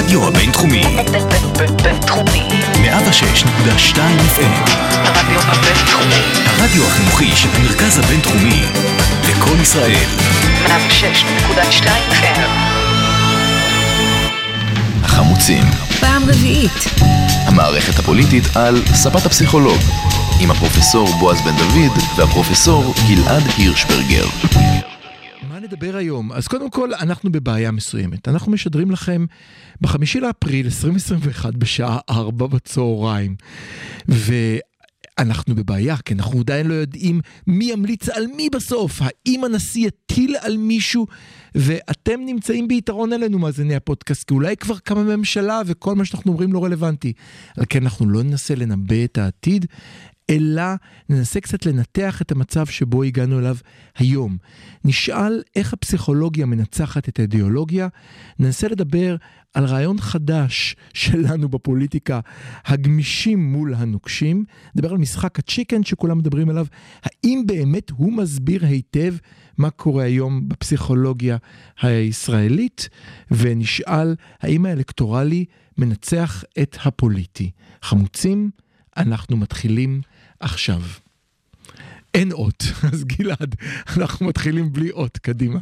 הרדיו הבינתחומי. בינתחומי. 106.2 FM. הרדיו הבינתחומי. הרדיו החינוכי של המרכז הבינתחומי. לכל ישראל. 106.2 FM. החמוצים. פעם רביעית. המערכת הפוליטית על ספת הפסיכולוג. עם הפרופסור בועז בן דוד והפרופסור גלעד הירשברגר. מה נדבר היום? אז קודם כל, אנחנו בבעיה מסוימת. אנחנו משדרים לכם ב5 לאפריל 2021 בשעה 4 בצהריים. ואנחנו בבעיה, כי אנחנו עדיין לא יודעים מי ימליץ על מי בסוף. האם הנשיא יטיל על מישהו, ואתם נמצאים ביתרון עלינו מאזיני הפודקאסט, כי אולי כבר קמה ממשלה וכל מה שאנחנו אומרים לא רלוונטי. על כן אנחנו לא ננסה לנבא את העתיד, אלא ננסה קצת לנתח את המצב שבו הגענו אליו היום. נשאל איך הפסיכולוגיה מנצחת את האידיאולוגיה, ננסה לדבר על רעיון חדש שלנו בפוליטיקה, הגמישים מול הנוקשים, נדבר על משחק הצ'יקן שכולם מדברים עליו, האם באמת הוא מסביר היטב מה קורה היום בפסיכולוגיה הישראלית, ונשאל האם האלקטורלי מנצח את הפוליטי. חמוצים, אנחנו מתחילים עכשיו. אין אות, אז גלעד, אנחנו מתחילים בלי אות, קדימה.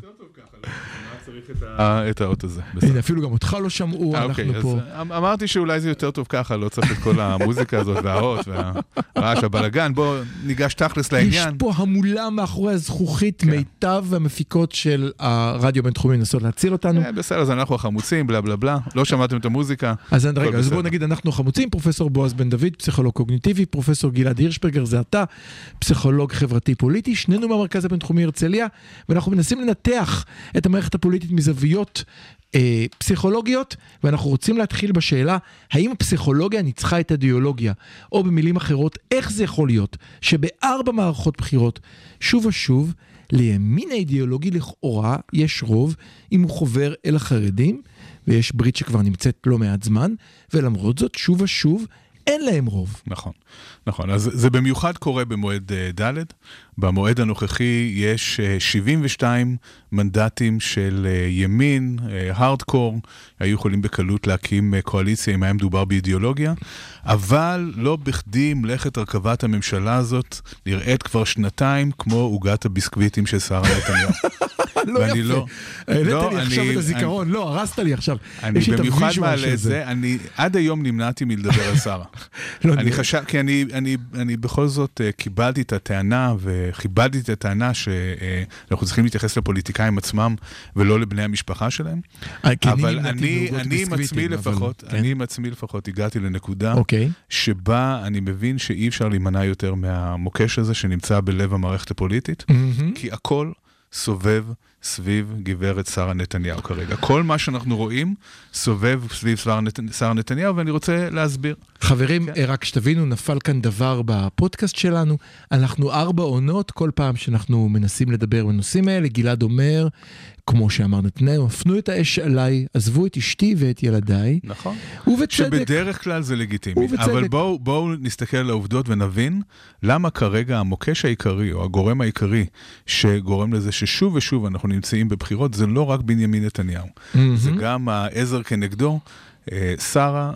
צריך את האות הזה. הנה, אפילו גם אותך לא שמעו, אנחנו פה. אמרתי שאולי זה יותר טוב ככה, לא צריך את כל המוזיקה הזאת והאות והרעש הבלגן. בואו ניגש תכלס לעניין. יש פה המולה מאחורי הזכוכית, מיטב המפיקות של הרדיו בינתחומי לנסות להציל אותנו. בסדר, אז אנחנו החמוצים, בלה בלה בלה. לא שמעתם את המוזיקה. אז רגע, אז בואו נגיד, אנחנו החמוצים, פרופסור בועז בן דוד, פסיכולוג קוגניטיבי, פרופסור גלעד הירשברגר, זה אתה, פסיכולוג חברתי פוליטי, שנינו מהמרכז הבינתחומי הרצליה, ואנחנו מנסים לנתח את המערכת הפוליטית מזוויות פסיכולוגיות, ואנחנו רוצים להתחיל בשאלה, האם הפסיכולוגיה ניצחה את האידיאולוגיה, או במילים אחרות, איך זה יכול להיות שב4 מערכות בחירות, שוב ושוב, לימין האידיאולוגי לכאורה יש רוב, אם הוא חובר אל החרדים, ויש ברית שכבר נמצאת לא מעט זמן, ולמרות זאת, שוב ושוב, אין להם רוב. נכון, נכון. אז זה במיוחד קורה במועד ד'. במועד הנוכחי יש 72 מנדטים של ימין, הארדקור, היו יכולים בקלות להקים קואליציה אם היה מדובר באידיאולוגיה, אבל לא בכדי מלאכת הרכבת הממשלה הזאת נראית כבר שנתיים כמו עוגת הביסקוויטים של שרה נתניהו. לא יפה. העלית לי עכשיו את הזיכרון. לא, הרסת לי עכשיו. אני במיוחד מעלה את זה. אני עד היום נמנעתי מלדבר על שרה. אני חשב, כי אני בכל זאת קיבלתי את הטענה וכיבדתי את הטענה שאנחנו צריכים להתייחס לפוליטיקאים עצמם ולא לבני המשפחה שלהם. אבל אני עם עצמי לפחות הגעתי לנקודה שבה אני מבין שאי אפשר להימנע יותר מהמוקש הזה שנמצא בלב המערכת הפוליטית, כי הכל סובב סביב גברת שרה נתניהו כרגע. כל מה שאנחנו רואים סובב סביב שרה נתניהו, ואני רוצה להסביר. חברים, רק שתבינו, נפל כאן דבר בפודקאסט שלנו. אנחנו 4 עונות, כל פעם שאנחנו מנסים לדבר בנושאים האלה, גלעד אומר, כמו שאמר נתניהו, הפנו את האש עליי, עזבו את אשתי ואת ילדיי. נכון. ובצדק. שבדרך כלל זה לגיטימי. אבל בואו נסתכל על העובדות ונבין למה כרגע המוקש העיקרי, או הגורם העיקרי, שגורם לזה ששוב ושוב אנחנו נמצאים בבחירות, זה לא רק בנימין נתניהו. זה גם העזר כנגדו, שרה,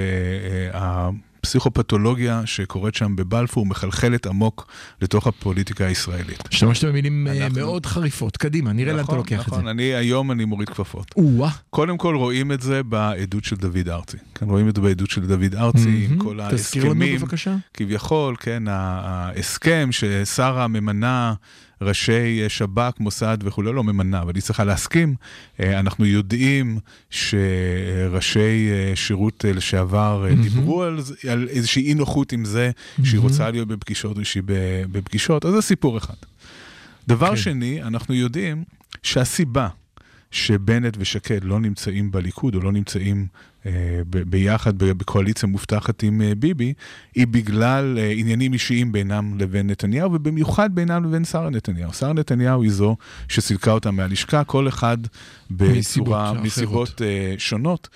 הפסיכופתולוגיה שקורית שם בבלפור מחלחלת עמוק לתוך הפוליטיקה הישראלית. שתמשת במילים מאוד חריפות. קדימה, נראה לאן אתה לוקח את זה. נכון, היום אני מוריד כפפות. קודם כל רואים את זה בעדות של דוד ארצי. כאן רואים את זה בעדות של דוד ארצי עם כל ההסכמים. תזכיר לנו בבקשה. כביכול, כן, ההסכם ששרה ממנה ראשי שב"כ, מוסד וכו', לא ממנה, אבל היא צריכה להסכים. אנחנו יודעים שראשי שירות לשעבר דיברו על איזושהי אי נוחות עם זה, שהיא רוצה להיות בפגישות או שהיא בפגישות, אז זה סיפור אחד. דבר שני, אנחנו יודעים שהסיבה שבנט ושקד לא נמצאים בליכוד, או לא נמצאים ביחד בקואליציה מובטחת עם ביבי, היא בגלל עניינים אישיים בינם לבין נתניהו, ובמיוחד בינם לבין שרה נתניהו. שרה נתניהו היא זו שסילקה אותה מהלשכה, כל אחד מסיבות שונות,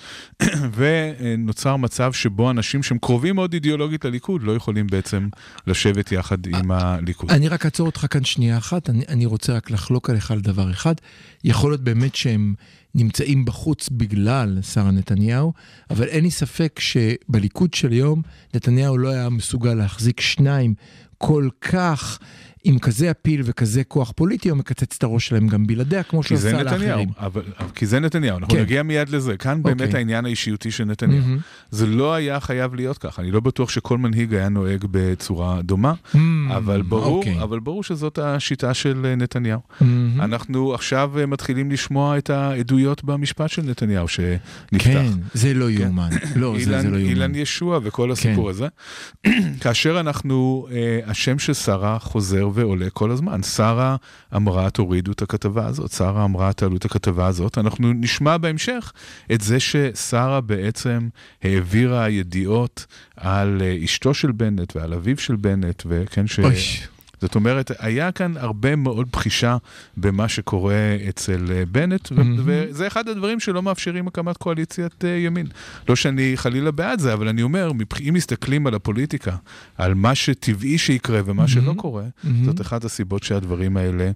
ונוצר מצב שבו אנשים שהם קרובים מאוד אידיאולוגית לליכוד, לא יכולים בעצם לשבת יחד עם הליכוד. אני רק אעצור אותך כאן שנייה אחת, אני רוצה רק לחלוק עליך על דבר אחד, יכול להיות באמת שהם נמצאים בחוץ בגלל שרה נתניהו, אבל אין לי ספק שבליכוד של היום, נתניהו לא היה מסוגל להחזיק שניים כל כך, עם כזה אפיל וכזה כוח פוליטי, הוא מקצץ את הראש שלהם גם בלעדיה, כמו שעשה לאחרים. כי זה נתניהו, אנחנו נגיע מיד לזה. כאן באמת העניין האישיותי של נתניהו. זה לא היה חייב להיות ככה. אני לא בטוח שכל מנהיג היה נוהג בצורה דומה, אבל ברור שזאת השיטה של נתניהו. אנחנו עכשיו מתחילים לשמוע את העדויות במשפט של נתניהו שנפתח. כן, זה לא יאומן. לא, זה לא יאומן. אילן ישוע וכל הסיפור הזה. כאשר אנחנו, השם של שרה חוזר ועולה כל הזמן. שרה אמרה, תורידו את הכתבה הזאת. שרה אמרה, תעלו את הכתבה הזאת. אנחנו נשמע בהמשך את זה ששרה בעצם העבירה ידיעות על אשתו של בנט ועל אביו של בנט, וכן זאת אומרת, היה כאן הרבה מאוד בחישה במה שקורה אצל בנט, וזה אחד הדברים שלא מאפשרים הקמת קואליציית ימין. לא שאני חלילה בעד זה, אבל אני אומר, אם מסתכלים על הפוליטיקה, על מה שטבעי שיקרה ומה שלא קורה, זאת אחת הסיבות שהדברים האלה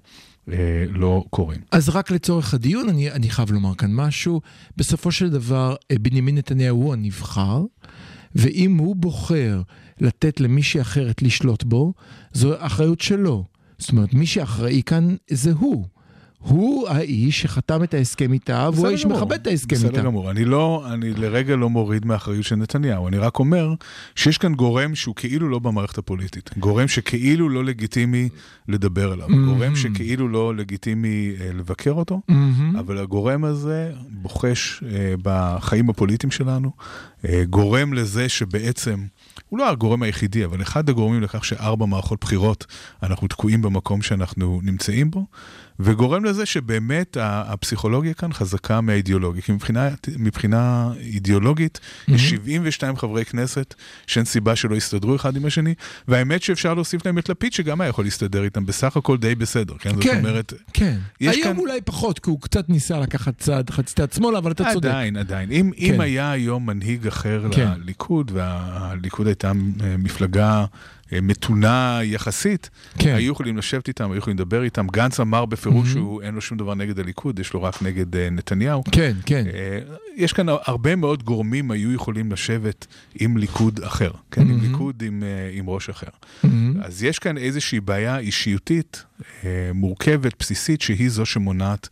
לא קורים. אז רק לצורך הדיון, אני חייב לומר כאן משהו. בסופו של דבר, בנימין נתניהו הוא הנבחר, ואם הוא בוחר לתת למישהי אחרת לשלוט בו, זו אחריות שלו. זאת אומרת, מי שאחראי כאן זה הוא. הוא האיש שחתם את ההסכם איתה, והוא האיש מכבד את ההסכם איתה. בסדר גמור. אני לרגע לא מוריד מהאחריות של נתניהו. אני רק אומר שיש כאן גורם שהוא כאילו לא במערכת הפוליטית. גורם שכאילו לא לגיטימי לדבר עליו. גורם שכאילו לא לגיטימי לבקר אותו. אבל הגורם הזה בוחש בחיים הפוליטיים שלנו. גורם לזה שבעצם הוא לא הגורם היחידי, אבל אחד הגורמים לכך ש4 מערכות בחירות אנחנו תקועים במקום שאנחנו נמצאים בו, וגורם לזה שבאמת הפסיכולוגיה כאן חזקה מהאידיאולוגיה, כי מבחינה אידיאולוגית יש 72 חברי כנסת שאין סיבה שלא יסתדרו אחד עם השני, והאמת שאפשר להוסיף להם את לפיד שגם היה יכול להסתדר איתם, בסך הכל די בסדר. כן, זאת אומרת, כן. היום אולי פחות, כי הוא קצת ניסה לקחת צעד חצי שמאלה, אבל אתה צודק. עדיין. אם היה היום מנהיג אחר לליכוד, והליכוד הייתה מפלגה מתונה יחסית, היו יכולים לשבת איתם, היו יכולים לדבר איתם. גנץ אמר בפירוש שהוא אין לו שום דבר נגד הליכוד, יש לו רק נגד נתניהו. כן. יש כאן הרבה מאוד גורמים היו יכולים לשבת עם ליכוד אחר, עם ליכוד עם ראש אחר. אז יש כאן איזושהי בעיה אישיותית, מורכבת, בסיסית, שהיא זו שמונעת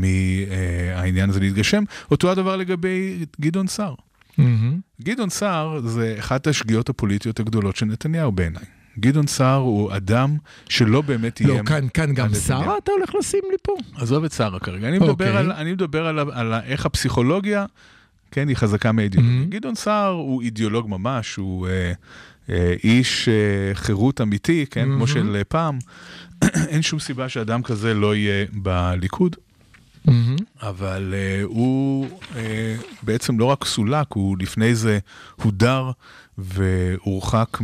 מהעניין הזה להתגשם. אותו הדבר לגבי גדעון סער. גדעון סער זה אחת השגיאות הפוליטיות הגדולות של נתניהו בעיניי. גדעון סער הוא אדם שלא באמת יהיה... לא, כאן גם סערה אתה הולך לשים לי פה? עזוב את סערה כרגע. אני מדבר על איך הפסיכולוגיה, כן, היא חזקה מהאידיאולוגיה. גדעון סער הוא אידיאולוג ממש, הוא איש חירות אמיתי, כן, כמו של פעם. אין שום סיבה שאדם כזה לא יהיה בליכוד. אבל הוא בעצם לא רק סולק, הוא לפני זה הודר והורחק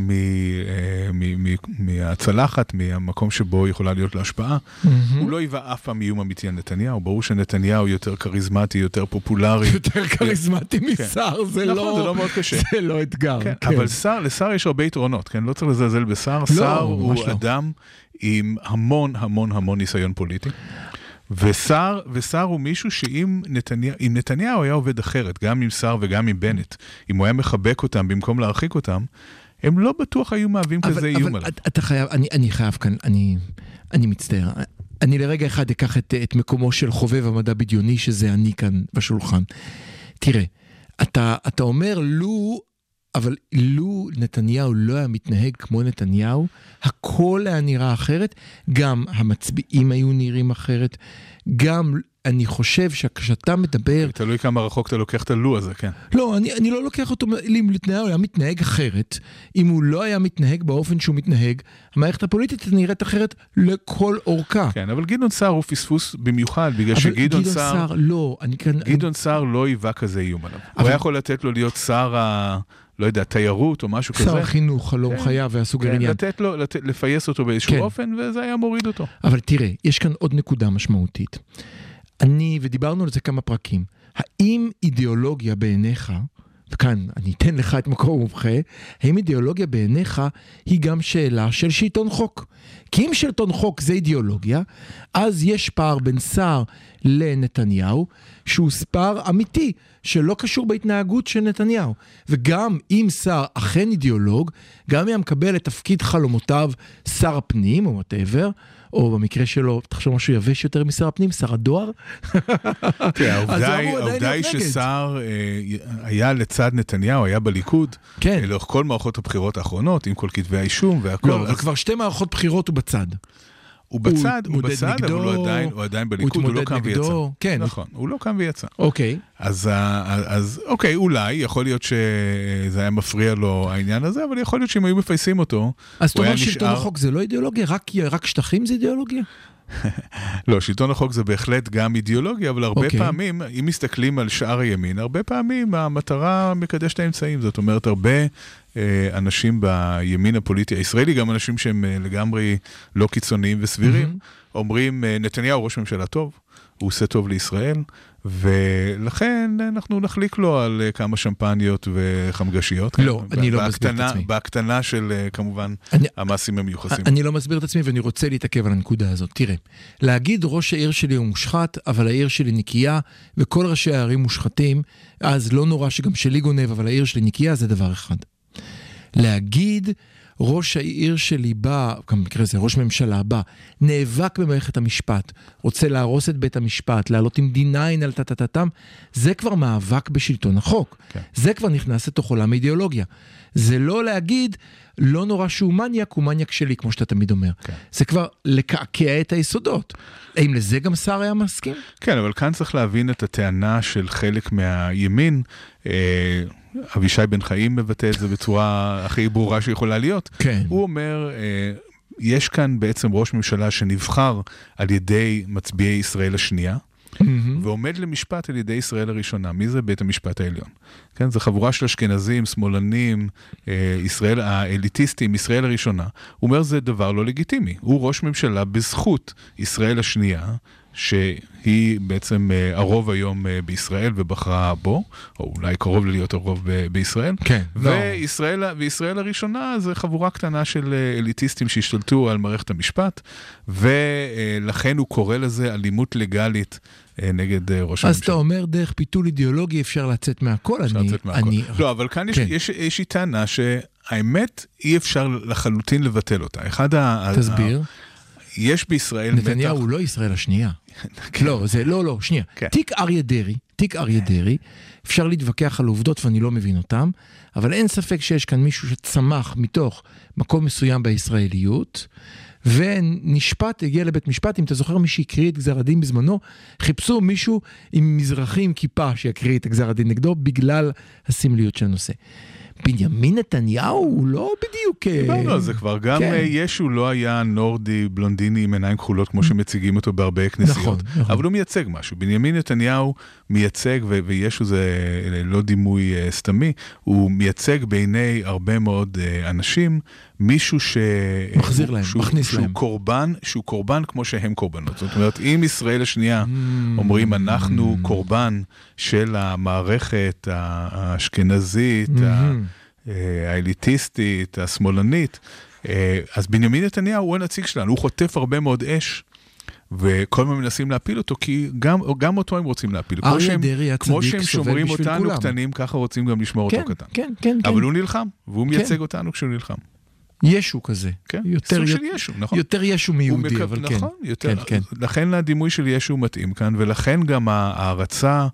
מהצלחת, מהמקום שבו יכולה להיות להשפעה. הוא לא היווה אף פעם איום אמיתי על נתניהו, ברור שנתניהו יותר כריזמטי, יותר פופולרי. יותר כריזמטי מסער, זה לא מאוד קשה. זה לא אתגר. אבל לסער יש הרבה יתרונות, לא צריך לזלזל בסער. סער הוא אדם עם המון ניסיון פוליטי. וסער הוא מישהו שאם נתניהו היה עובד אחרת, גם עם סער וגם עם בנט, אם הוא היה מחבק אותם במקום להרחיק אותם, הם לא בטוח היו מהווים כזה איום עליו. אתה חייב, אני חייב כאן, אני מצטער, אני לרגע אחד אקח את מקומו של חובב המדע בדיוני, שזה אני כאן בשולחן. תראה, אתה אומר אבל לו נתניהו לא היה מתנהג כמו נתניהו, הכל היה נראה אחרת, גם המצביעים היו נראים אחרת, גם אני חושב שכשאתה מדבר... תלוי כמה רחוק אתה לוקח את הלו הזה, כן. לא, אני לא לוקח אותו, אם נתניהו היה מתנהג אחרת, אם הוא לא היה מתנהג באופן שהוא מתנהג, המערכת הפוליטית נראית אחרת לכל אורכה. כן, אבל גדעון סער הוא פספוס במיוחד, בגלל שגדעון סער... לא, גדעון סער לא היווה כזה איום עליו. הוא היה יכול לתת לו להיות שר לא יודע, תיירות או משהו כזה. שר החינוך, חלום חייו והסוג העניין. לתת לו, לפייס אותו באיזשהו אופן, וזה היה מוריד אותו. אבל תראה, יש כאן עוד נקודה משמעותית. ודיברנו על זה כמה פרקים. האם אידיאולוגיה בעיניך, וכאן אני אתן לך את מקום המומחה, האם אידיאולוגיה בעיניך היא גם שאלה של שלטון חוק? כי אם שלטון חוק זה אידיאולוגיה, אז יש פער בין שר לנתניהו, שהוא פער אמיתי, שלא קשור בהתנהגות של נתניהו. וגם אם שר אכן אידיאולוג, גם אם מקבל את תפקיד חלומותיו שר הפנים, או whatever, או במקרה שלו, תחשוב משהו יבש יותר משר הפנים, שר הדואר. העובדה היא ששר היה לצד נתניהו, היה בליכוד, לאורך כל מערכות הבחירות האחרונות, עם כל כתבי האישום והכל. לא, אבל כבר 2 מערכות בחירות הוא בצד. הוא בצד, אבל הוא עדיין בליכוד, הוא לא קם ויצא. כן. נכון, הוא לא קם ויצא. אוקיי. אז אוקיי, אולי, יכול להיות שזה היה מפריע לו העניין הזה, אבל יכול להיות שאם היו מפייסים אותו, אז אתה אומר שלטון החוק זה לא אידיאולוגיה? רק שטחים זה אידיאולוגיה? לא, שלטון החוק זה בהחלט גם אידיאולוגיה, אבל הרבה פעמים, אם מסתכלים על שאר הימין, הרבה פעמים המטרה מקדשת האמצעים. זאת אומרת, הרבה אנשים בימין הפוליטי הישראלי, גם אנשים שהם לגמרי לא קיצוניים וסבירים, אומרים, נתניהו ראש ממשלה טוב, הוא עושה טוב לישראל, ולכן אנחנו נחליק לו על כמה שמפניות וחמגשיות. לא, אני לא מסביר את עצמי. בהקטנה של, כמובן, המעשים המיוחסים. אני לא מסביר את עצמי ואני רוצה להתעכב על הנקודה הזאת. תראה, להגיד ראש העיר שלי הוא מושחת, אבל העיר שלי נקייה, וכל ראשי הערים מושחתים, אז לא נורא שגם שלי גונב, אבל העיר שלי נקייה, זה דבר אחד. להגיד ראש העיר שלי בא, גם במקרה זה, ראש ממשלה בא, נאבק במערכת המשפט, רוצה להרוס את בית המשפט, לעלות עם D9 על תתתם, זה כבר מאבק בשלטון החוק. כן. זה כבר נכנס לתוך עולם האידיאולוגיה. זה לא להגיד, לא נורא שהוא מניאק, הוא מניאק שלי, כמו שאתה תמיד אומר. כן. זה כבר לקעקע את היסודות. האם לזה גם שר היה מסכים? כן, אבל כאן צריך להבין את הטענה של חלק מהימין, אבישי בן חיים מבטא את זה בצורה הכי ברורה שיכולה להיות. כן. הוא אומר, יש כאן בעצם ראש ממשלה שנבחר על ידי מצביעי ישראל השנייה, ועומד למשפט על ידי ישראל הראשונה. מי זה? בית המשפט העליון. כן, זה חבורה של אשכנזים, שמאלנים, ישראל, האליטיסטים, ישראל הראשונה. הוא אומר, זה דבר לא לגיטימי. הוא ראש ממשלה בזכות ישראל השנייה, שהיא בעצם הרוב היום בישראל ובחרה בו, או אולי קרוב להיות הרוב בישראל. כן. וישראל הראשונה זה חבורה קטנה של אליטיסטים שהשתלטו על מערכת המשפט, ולכן הוא קורא לזה אלימות לגלית נגד ראש הממשלה. אז אתה אומר, דרך פיתול אידיאולוגי אפשר לצאת מהכל. אפשר לצאת מהכל. לא, אבל כאן יש טענה שהאמת אי אפשר לחלוטין לבטל אותה. תסביר. יש בישראל מתח... נתניהו הוא לא ישראל השנייה. לא, זה לא, שנייה. תיק אריה דרי, אפשר להתווכח על עובדות ואני לא מבין אותם, אבל אין ספק שיש כאן מישהו שצמח מתוך מקום מסוים בישראליות, ונשפט, הגיע לבית משפט, אם אתה זוכר מי שהקריא את גזר הדין בזמנו, חיפשו מישהו עם מזרחי עם כיפה שיקריא את גזר הדין נגדו, בגלל הסמליות של הנושא. בנימין נתניהו הוא לא בדיוק... לא, זה כבר גם ישו לא היה נורדי בלונדיני עם עיניים כחולות כמו שמציגים אותו בהרבה כנסיות. נכון. אבל הוא מייצג משהו. בנימין נתניהו מייצג, וישו זה לא דימוי סתמי, הוא מייצג בעיני הרבה מאוד אנשים, מישהו מחזיר להם, מכניס להם. שהוא קורבן כמו שהם קורבנות. זאת אומרת, אם ישראל השנייה אומרים, אנחנו קורבן של המערכת האשכנזית, האליטיסטית, השמאלנית, אז בנימין נתניהו הוא הנציג שלנו, הוא חוטף הרבה מאוד אש, וכל הזמן מנסים להפיל אותו, כי גם אותו הם רוצים להפיל. כמו שהם שומרים אותנו קטנים, ככה רוצים גם לשמור אותו קטן. כן. אבל הוא נלחם, והוא מייצג אותנו כשהוא נלחם. ישו כזה. כן, סוג של ישו, נכון. יותר ישו מיהודי, אבל כן. נכון, לכן הדימוי של ישו מתאים כאן, ולכן גם ההרצה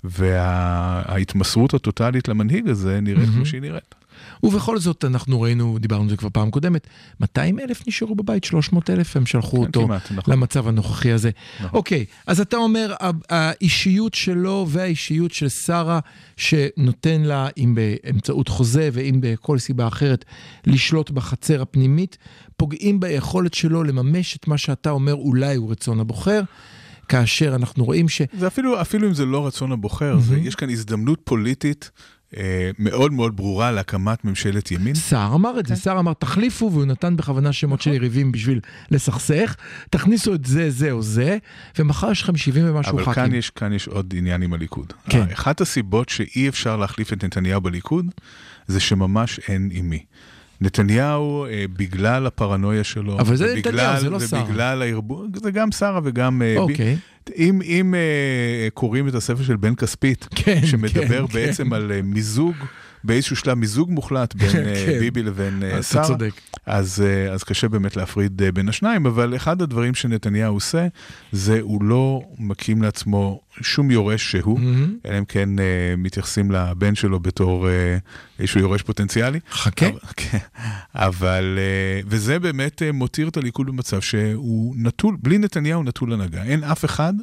וההתמסרות הטוטלית למנהיג הזה נראית כמו שהיא נראית. ובכל זאת אנחנו ראינו, דיברנו על זה כבר פעם קודמת, 200,000 נשארו בבית, 300,000 הם שלחו אותו למצב הנוכחי הזה. אוקיי, אז אתה אומר, האישיות שלו והאישיות של שרה, שנותן לה, אם באמצעות חוזה ואם בכל סיבה אחרת, לשלוט בחצר הפנימית, פוגעים ביכולת שלו לממש את מה שאתה אומר, אולי הוא רצון הבוחר, כאשר אנחנו רואים ש... זה אפילו אם זה לא רצון הבוחר, יש כאן הזדמנות פוליטית, מאוד מאוד ברורה להקמת ממשלת ימין. שר אמר את זה, שר אמר תחליפו, והוא נתן בכוונה שמות של יריבים בשביל לסכסך, תכניסו את זה, זה או זה, ומחר יש 70 ומשהו ח"כים. אבל כאן יש עוד עניין עם הליכוד. כן. אחת הסיבות שאי אפשר להחליף את נתניהו בליכוד, זה שממש אין עם מי. נתניהו, בגלל הפרנויה שלו, אבל זה נתניהו, זה לא שרה. ובגלל הערבוב, זה גם שרה וגם... אוקיי. אם קוראים את הספר של בן כספית, שמדבר בעצם על מיזוג, באיזשהו שלב מיזוג מוחלט בין ביבי לבין שרה, אז קשה באמת להפריד בין השניים, אבל אחד הדברים שנתניהו עושה, זה הוא לא מקים לעצמו שום יורש שהוא, אלא אם כן מתייחסים לבן שלו בתור איזשהו יורש פוטנציאלי. חכה. אבל, וזה באמת מותיר את הליכוד במצב שהוא נטול, בלי נתניהו נטול הנהגה. אין אף אחד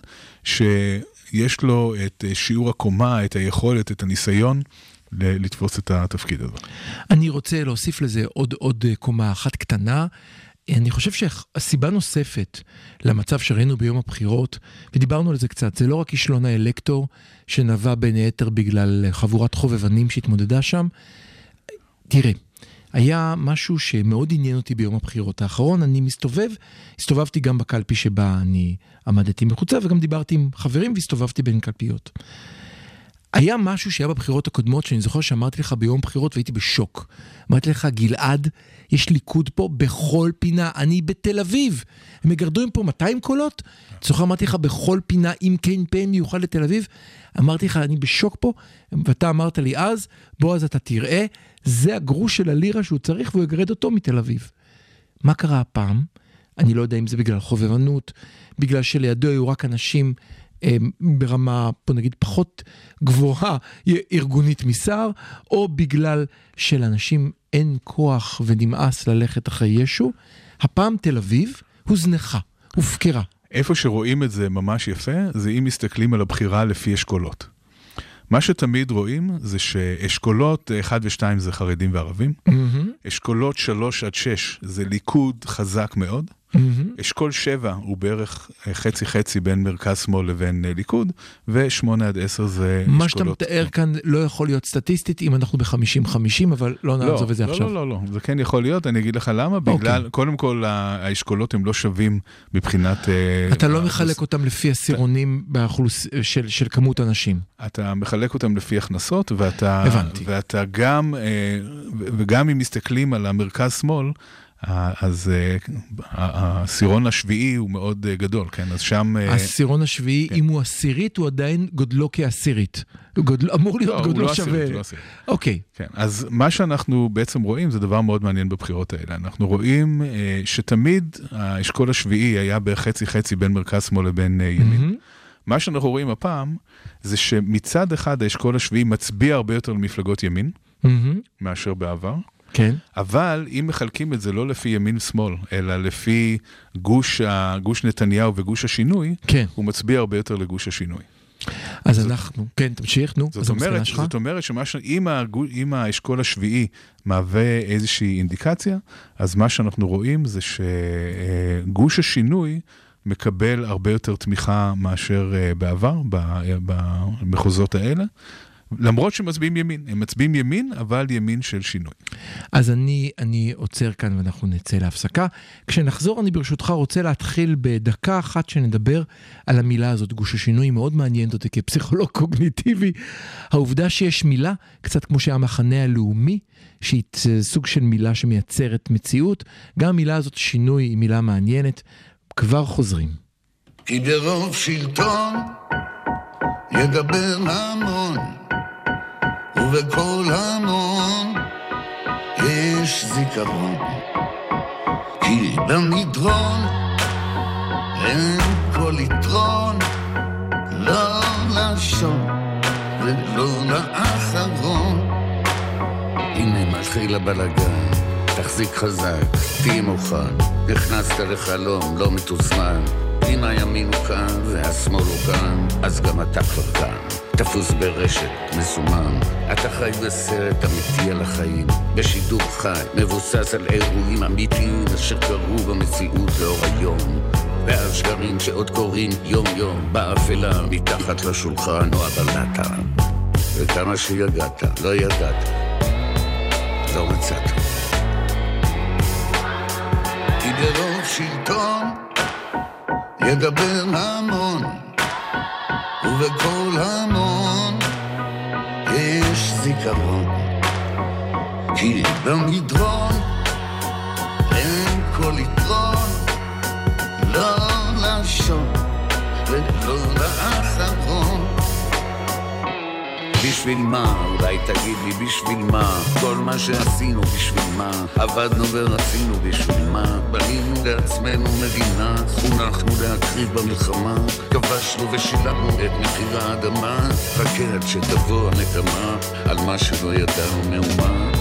שיש לו את שיעור הקומה, את היכולת, את הניסיון, לתפוס את התפקיד הזה. אני רוצה להוסיף לזה עוד קומה אחת קטנה. אני חושב שהסיבה נוספת למצב שראינו ביום הבחירות, ודיברנו על זה קצת, זה לא רק כישלון האלקטור, שנבע בין היתר בגלל חבורת חובבנים שהתמודדה שם. תראה, היה משהו שמאוד עניין אותי ביום הבחירות האחרון, אני הסתובבתי גם בקלפי שבה אני עמדתי מחוצה, וגם דיברתי עם חברים והסתובבתי בין קלפיות. היה משהו שהיה בבחירות הקודמות, שאני זוכר שאמרתי לך ביום בחירות והייתי בשוק. אמרתי לך, גלעד, יש ליכוד פה בכל פינה, אני בתל אביב. הם מגרדו פה 200 קולות? זוכר, אמרתי לך, בכל פינה, אם קמפיין מיוחד לתל אביב. אמרתי לך, אני בשוק פה, ואתה אמרת לי אז, בוא אז אתה תראה, זה הגרוש של הלירה שהוא צריך, והוא יגרד אותו מתל אביב. מה קרה הפעם? אני לא יודע אם זה בגלל חובבנות, בגלל שלידו היו רק אנשים ברמה, פה נגיד, פחות גבוהה ארגונית משר, או בגלל שלאנשים אין כוח ונמאס ללכת אחרי ישו, הפעם תל אביב הוזנחה, הופקרה. איפה שרואים את זה ממש יפה, זה אם מסתכלים על הבחירה לפי אשכולות. מה שתמיד רואים זה שאשכולות 1 ו-2 זה חרדים וערבים, אשכולות 3 עד 6 זה ליכוד חזק מאוד, אשכול 7 הוא בערך חצי-חצי בין מרכז שמאל לבין ליכוד, ו8 עד 10 זה אשכולות. מה שאתה מתאר כאן לא יכול להיות סטטיסטית אם אנחנו ב-50-50, אבל לא נעזוב את זה עכשיו. לא, זה כן יכול להיות, אני אגיד לך למה, בגלל, קודם כל האשכולות הם לא שווים מבחינת... אתה לא מחלק אותם לפי הסירונים של כמות אנשים. אתה מחלק אותם לפי הכנסות, ואתה גם, וגם אם מסתכלים על המרכז שמאל, אז הסירון השביעי הוא מאוד גדול, כן? אז שם... הסירון השביעי, אם הוא עשירית, הוא עדיין גודלו כעשירית. אמור להיות גודלו שווה. אוקיי. כן, אז מה שאנחנו בעצם רואים, זה דבר מאוד מעניין בבחירות האלה. אנחנו רואים שתמיד האשכול השביעי היה בחצי-חצי בין מרכז שמאל לבין ימין. מה שאנחנו רואים הפעם, זה שמצד אחד האשכול השביעי מצביע הרבה יותר למפלגות ימין, מאשר בעבר. כן. אבל אם מחלקים את זה לא לפי ימין-שמאל, אלא לפי גוש נתניהו וגוש השינוי, כן. הוא מצביע הרבה יותר לגוש השינוי. אז אנחנו, כן, תמשיך, נו. זאת אומרת שאם האשכול השביעי מהווה איזושהי אינדיקציה, אז מה שאנחנו רואים זה שגוש השינוי מקבל הרבה יותר תמיכה מאשר בעבר, במחוזות האלה, למרות שמצביעים ימין. הם מצביעים ימין, אבל ימין של שינוי. אז אני עוצר כאן ואנחנו נצא להפסקה. כשנחזור, אני ברשותך רוצה להתחיל בדקה אחת שנדבר על המילה הזאת, גוש השינוי. מאוד מעניינת אותי כפסיכולוג קוגניטיבי. העובדה שיש מילה, קצת כמו שהמחנה הלאומי, שהיא סוג של מילה שמייצרת מציאות. גם המילה הזאת, שינוי, היא מילה מעניינת. כבר חוזרים. כי ברוב שלטון ידבר המון, ובכל המון יש זיכרון, כי במדרון אין כל יתרון, לא לשון ולא לאחרון. הנה מתחיל הבלגן, תחזיק חזק, תהיה מוכן, נכנסת לחלום לא מתוזמן. אם הימין הוא כאן והשמאל הוא כאן, אז גם אתה כבר כאן, תפוס ברשת מסומם. אתה חי בסרט אמיתי על החיים, בשידור חי מבוסס על אירועים אמיתיים אשר קרו במציאות לאור היום, ועל שקרים שעוד קוראים יום יום באפלה מתחת לשולחן או הבלטה. וכמה שיגעת, לא ידעת, לא מצאת. כי ברוב שלטון ידבר המון, ובכל המון יש זיכרון. כי במדרון אין כל יתרון, לא לשון ולא לאחרון. בשביל מה? אולי תגיד לי בשביל מה? כל מה שעשינו בשביל מה? עבדנו ורצינו בשביל מה? בנינו לעצמנו מדינה, חונכנו להקריב במלחמה, כבשנו ושילמנו את מחיר האדמה. חכה עד שתבוא הנקמה על מה שלא ידענו מאומה.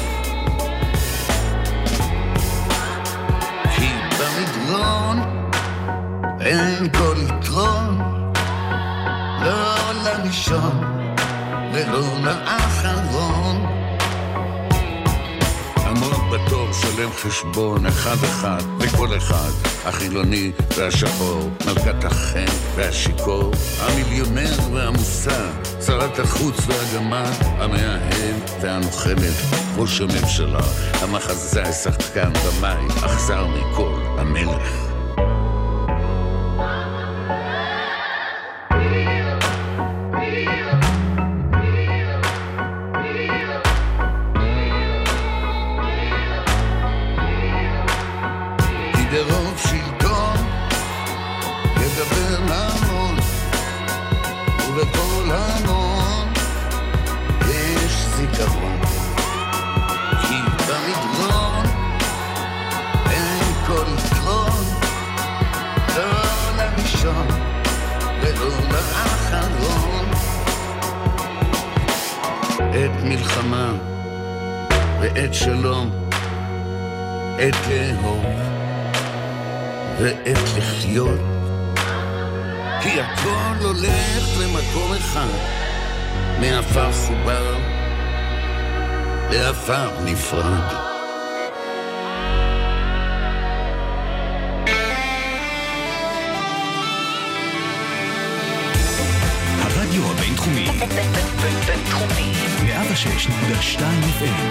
כי במדרון אין כל יתרון, לא לראשון ולא לאחרון. עמוד בתור שלם חשבון אחד אחד וכל אחד, החילוני והשחור, מלכת החן והשיקור, המיליונר והמוסר, שרת החוץ והגמד, המאהב והנוחמת, ראש הממשלה, המחזה, שחקן, במאי, אכזר מכל, המלך. ברוב שלטון ידבר המון, ובכל המון יש זיכרון. כי במדרון אין כל יתרון, לא לראשון ולא לאחרון. עת מלחמה ועת שלום, עת לאהוב ועת לחיות, כי הכל הולך למקום אחד, מעפר חובר לעפר נפרד. הרדיו הבינתחומי בינתחומי 106.2 FM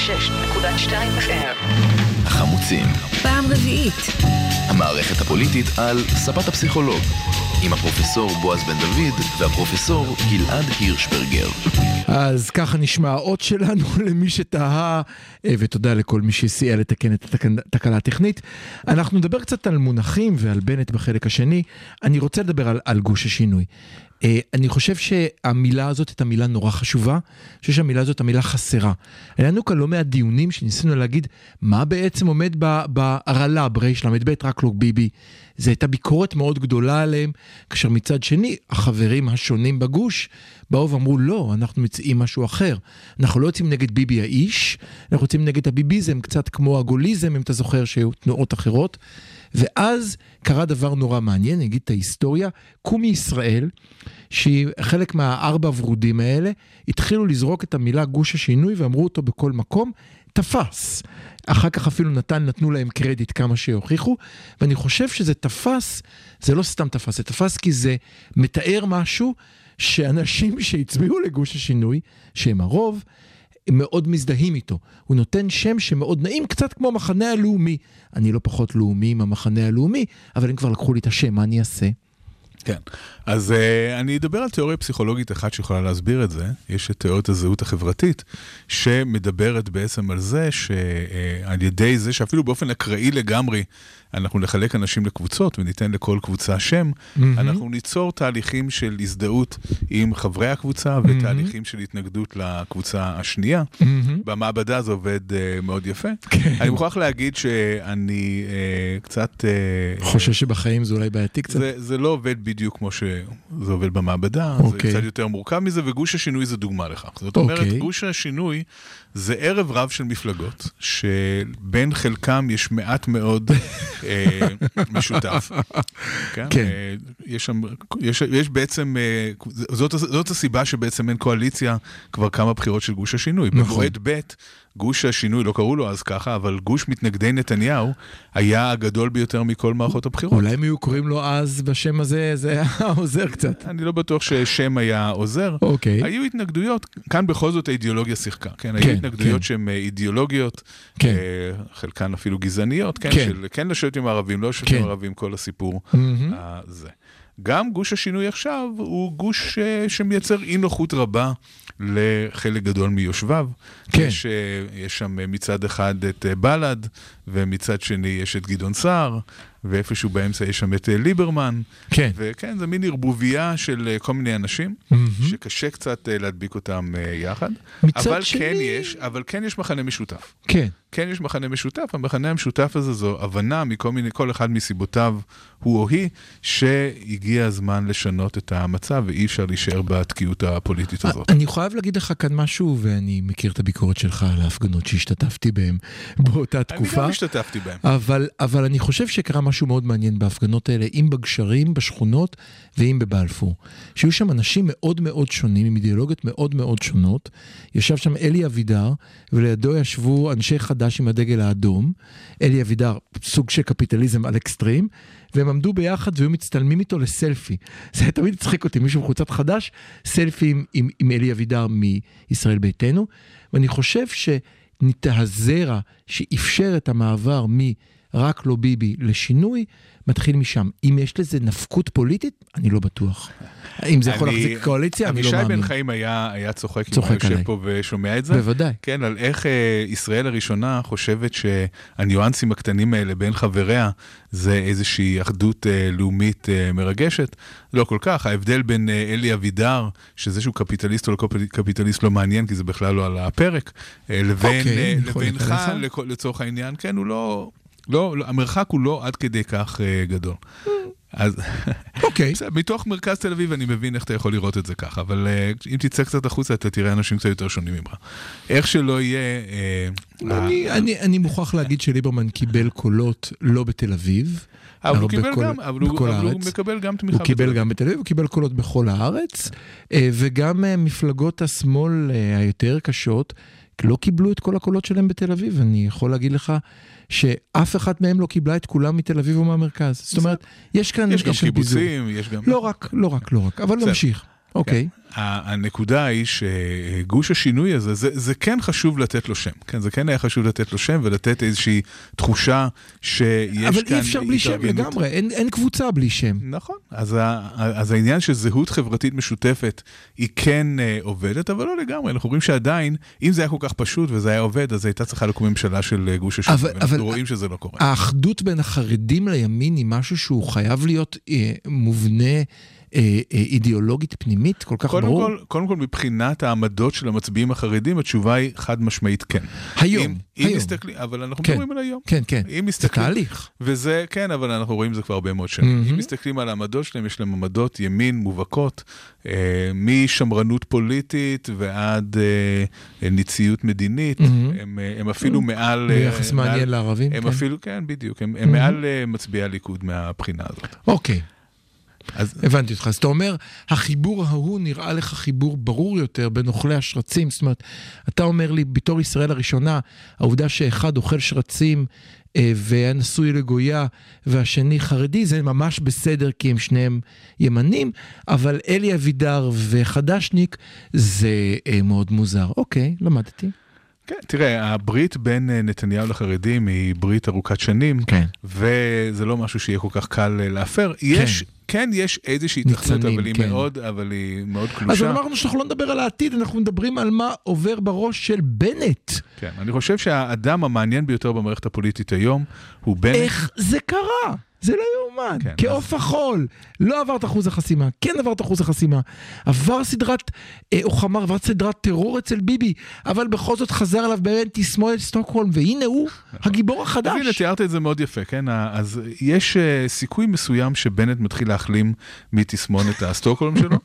106.2 FM. החמוצים, פעם רביעית. המערכת הפוליטית על ספת הפסיכולוג, עם הפרופסור בועז בן דוד והפרופסור גלעד הירשברגר. אז ככה נשמע האות שלנו למי שתהה, ותודה לכל מי שסייע לתקן את התקלה הטכנית. אנחנו נדבר קצת על מונחים ועל בנט בחלק השני. אני רוצה לדבר על גוש השינוי. אני חושב שהמילה הזאת הייתה מילה נורא חשובה, אני חושב שהמילה הזאת המילה חסרה. היה לנו כאן לא מעט דיונים שניסינו להגיד מה בעצם עומד בהרעלה, בריש למד רק לא ביבי. זו הייתה ביקורת מאוד גדולה עליהם, כאשר מצד שני החברים השונים בגוש באו ואמרו לא, אנחנו מציעים משהו אחר. אנחנו לא יוצאים נגד ביבי האיש, אנחנו יוצאים נגד הביביזם, קצת כמו הגוליזם, אם אתה זוכר שהיו תנועות אחרות. ואז קרה דבר נורא מעניין, נגיד את ההיסטוריה, קומי ישראל, שהיא חלק מהארבע ורודים האלה, התחילו לזרוק את המילה גוש השינוי, ואמרו אותו בכל מקום, תפס. אחר כך אפילו נתנו להם קרדיט כמה שהוכיחו, ואני חושב שזה תפס, זה לא סתם תפס, זה תפס כי זה מתאר משהו, שאנשים שהצביעו לגוש השינוי, שהם הרוב, הם מאוד מזדהים איתו. הוא נותן שם שמאוד נעים, קצת כמו המחנה הלאומי. אני לא פחות לאומי עם המחנה הלאומי, אבל הם כבר לקחו לי את השם, מה אני אעשה? כן, אז אני אדבר על תיאוריה פסיכולוגית אחת שיכולה להסביר את זה. יש את תיאוריית הזהות החברתית, שמדברת בעצם על זה, שעל ידי זה שאפילו באופן אקראי לגמרי, אנחנו נחלק אנשים לקבוצות, וניתן לכל קבוצה שם, אנחנו ניצור תהליכים של הזדהות עם חברי הקבוצה, ותהליכים של התנגדות לקבוצה השנייה. במעבדה זה עובד מאוד יפה. אני מוכרח להגיד שאני קצת... חושב שבחיים זה אולי בעייתי קצת? זה לא עובד בדיוק כמו שזה עובד במעבדה, זה קצת יותר מורכב מזה, וגוש השינוי זה דוגמה לכך. זאת אומרת, גוש השינוי זה ערב רב של מפלגות, שבין חלקם יש מעט מאוד משותף. כן. יש בעצם, זאת הסיבה שבעצם אין קואליציה כבר כמה בחירות של גוש השינוי. במועד ב' גוש השינוי, לא קראו לו אז ככה, אבל גוש מתנגדי נתניהו היה הגדול ביותר מכל מערכות הבחירות. אולי הם היו קוראים לו אז בשם הזה, זה היה עוזר קצת. אני לא בטוח ששם היה עוזר. אוקיי. היו התנגדויות, כאן בכל זאת האידיאולוגיה שיחקה, כן? היו התנגדויות שהן אידיאולוגיות, חלקן אפילו גזעניות, כן? של כן לשבת עם הערבים, לא לשבת עם הערבים, כל הסיפור הזה. גם גוש השינוי עכשיו הוא גוש שמייצר אי נוחות רבה לחלק גדול מיושביו. כן. יש שם מצד אחד את בל"ד, ומצד שני יש את גדעון סער, ואיפשהו באמצע יש שם את ליברמן. כן. וכן, זה מין ערבוביה של כל מיני אנשים, שקשה קצת להדביק אותם יחד. אבל שני... אבל כן יש מחנה משותף. כן. כן יש מחנה משותף, המחנה המשותף הזה זו הבנה כל אחד מסיבותיו הוא או היא, שהגיע הזמן לשנות את המצב, ואי אפשר להישאר בתקיעות הפוליטית הזאת. אני חייב להגיד לך כאן משהו, ואני מכיר את הביקורת שלך על ההפגנות שהשתתפתי בהן באותה תקופה. אני גם השתתפתי בהן. אבל אני חושב שקרה משהו מאוד מעניין בהפגנות האלה, אם בגשרים, בשכונות, ואם בבלפור. שהיו שם אנשים מאוד מאוד שונים, עם אידיאולוגיות מאוד מאוד שונות. ישב שם אלי אבידר, ולידו ישבו אנשי חדש עם הדגל האדום. אלי אבידר, סוג של קפיטליזם על אקסטרים, והם עמדו ביחד והיו מצטלמים איתו לסלפי. זה תמיד צחק אותי, מישהו בחוצת חדש, סלפי עם אלי אבידר מישראל ביתנו, ואני חושב הזרע שאפשר את המעבר מרק לא ביבי לשינוי, מתחיל משם. אם יש לזה נפקות פוליטית, אני לא בטוח. אם זה יכול להחזיק קואליציה, אני לא מאמין. אבישי בן חיים היה צוחק אם הוא יושב פה ושומע את זה. בוודאי. כן, על איך ישראל הראשונה חושבת שהניואנסים הקטנים האלה בין חבריה, זה איזושהי אחדות לאומית מרגשת. לא כל כך. ההבדל בין אלי אבידר, שזה שהוא קפיטליסט או לא קפיטליסט לא מעניין, כי זה בכלל לא על הפרק, לבינך, לצורך העניין, כן, הוא לא, המרחק הוא לא עד כדי כך גדול. אז, מתוך מרכז תל אביב אני מבין איך אתה יכול לראות את זה ככה, אבל אם תצא קצת החוצה, אתה תראה אנשים קצת יותר שונים ממך. איך שלא יהיה... אני מוכרח להגיד שליברמן קיבל קולות לא בתל אביב, אבל הוא מקבל גם תמיכה בתל אביב. הוא קיבל גם בתל אביב, הוא קיבל קולות בכל הארץ, וגם מפלגות השמאל היותר קשות, לא קיבלו את כל הקולות שלהם בתל אביב. אני יכול להגיד לך שאף אחד מהם לא קיבלה את כולם מתל אביב ומהמרכז. זאת אומרת, יש כאן... יש גם קיבוצים, יש גם... לא רק, אבל נמשיך. אוקיי. הנקודה היא שגוש השינוי הזה, זה כן חשוב לתת לו שם. כן, זה כן היה חשוב לתת לו שם ולתת איזושהי תחושה שיש כאן... אבל אי אפשר בלי שם לגמרי, אין קבוצה בלי שם. נכון. אז העניין שזהות חברתית משותפת היא כן עובדת, אבל לא לגמרי. אנחנו רואים שעדיין, אם זה היה כל כך פשוט וזה היה עובד, אז הייתה צריכה לקום ממשלה של גוש השינוי. ואנחנו רואים שזה לא קורה. האחדות בין החרדים לימין היא משהו שהוא חייב להיות מובנה אידיאולוגית פנימית, כל כך ברור? קודם כל, מבחינת העמדות של המצביעים החרדים, התשובה היא חד משמעית כן. היום. אבל אנחנו מדברים על היום. כן. זה תהליך. וזה, כן, אבל אנחנו רואים זה כבר הרבה מאוד שנים. אם מסתכלים על העמדות שלהם, יש להם עמדות ימין מובהקות, משמרנות פוליטית ועד ניציות מדינית, הם אפילו מעל... ביחס מעניין לערבים. הם אפילו, כן, בדיוק. הם מעל מצביעי הליכוד מהבחינה הזאת. אוקיי. הבנתי אותך. אז אתה אומר, החיבור ההוא נראה לך חיבור ברור יותר בין אוכלי השרצים. זאת אומרת, אתה אומר לי, בתור ישראל הראשונה, העובדה שאחד אוכל שרצים ונשוי לגויה והשני חרדי, זה ממש בסדר כי הם שניהם ימנים, אבל אלי אבידר וחדשניק זה מאוד מוזר. אוקיי, למדתי. כן, תראה, הברית בין נתניהו לחרדים היא ברית ארוכת שנים, כן. וזה לא משהו שיהיה כל כך קל להפר. כן, יש איזושהי התאחדות, אבל היא מאוד קלושה. אז אמרנו שאנחנו לא נדבר על העתיד, אנחנו מדברים על מה עובר בראש של בנט. כן, אני חושב שהאדם המעניין ביותר במערכת הפוליטית היום הוא בנט. איך זה קרה? זה לא יאומן, כן, כאוף החול, לא עבר את אחוז החסימה, כן עבר את אחוז החסימה, עבר סדרת אוחמר, עבר סדרת טרור אצל ביבי, אבל בכל זאת חזר עליו באמת תסמונת סטוקהולם, והנה הוא הגיבור החדש. אז הנה, תיארת את זה מאוד יפה, כן? אז יש סיכוי מסוים שבנט מתחיל להחלים מתסמונת הסטוקהולם שלו,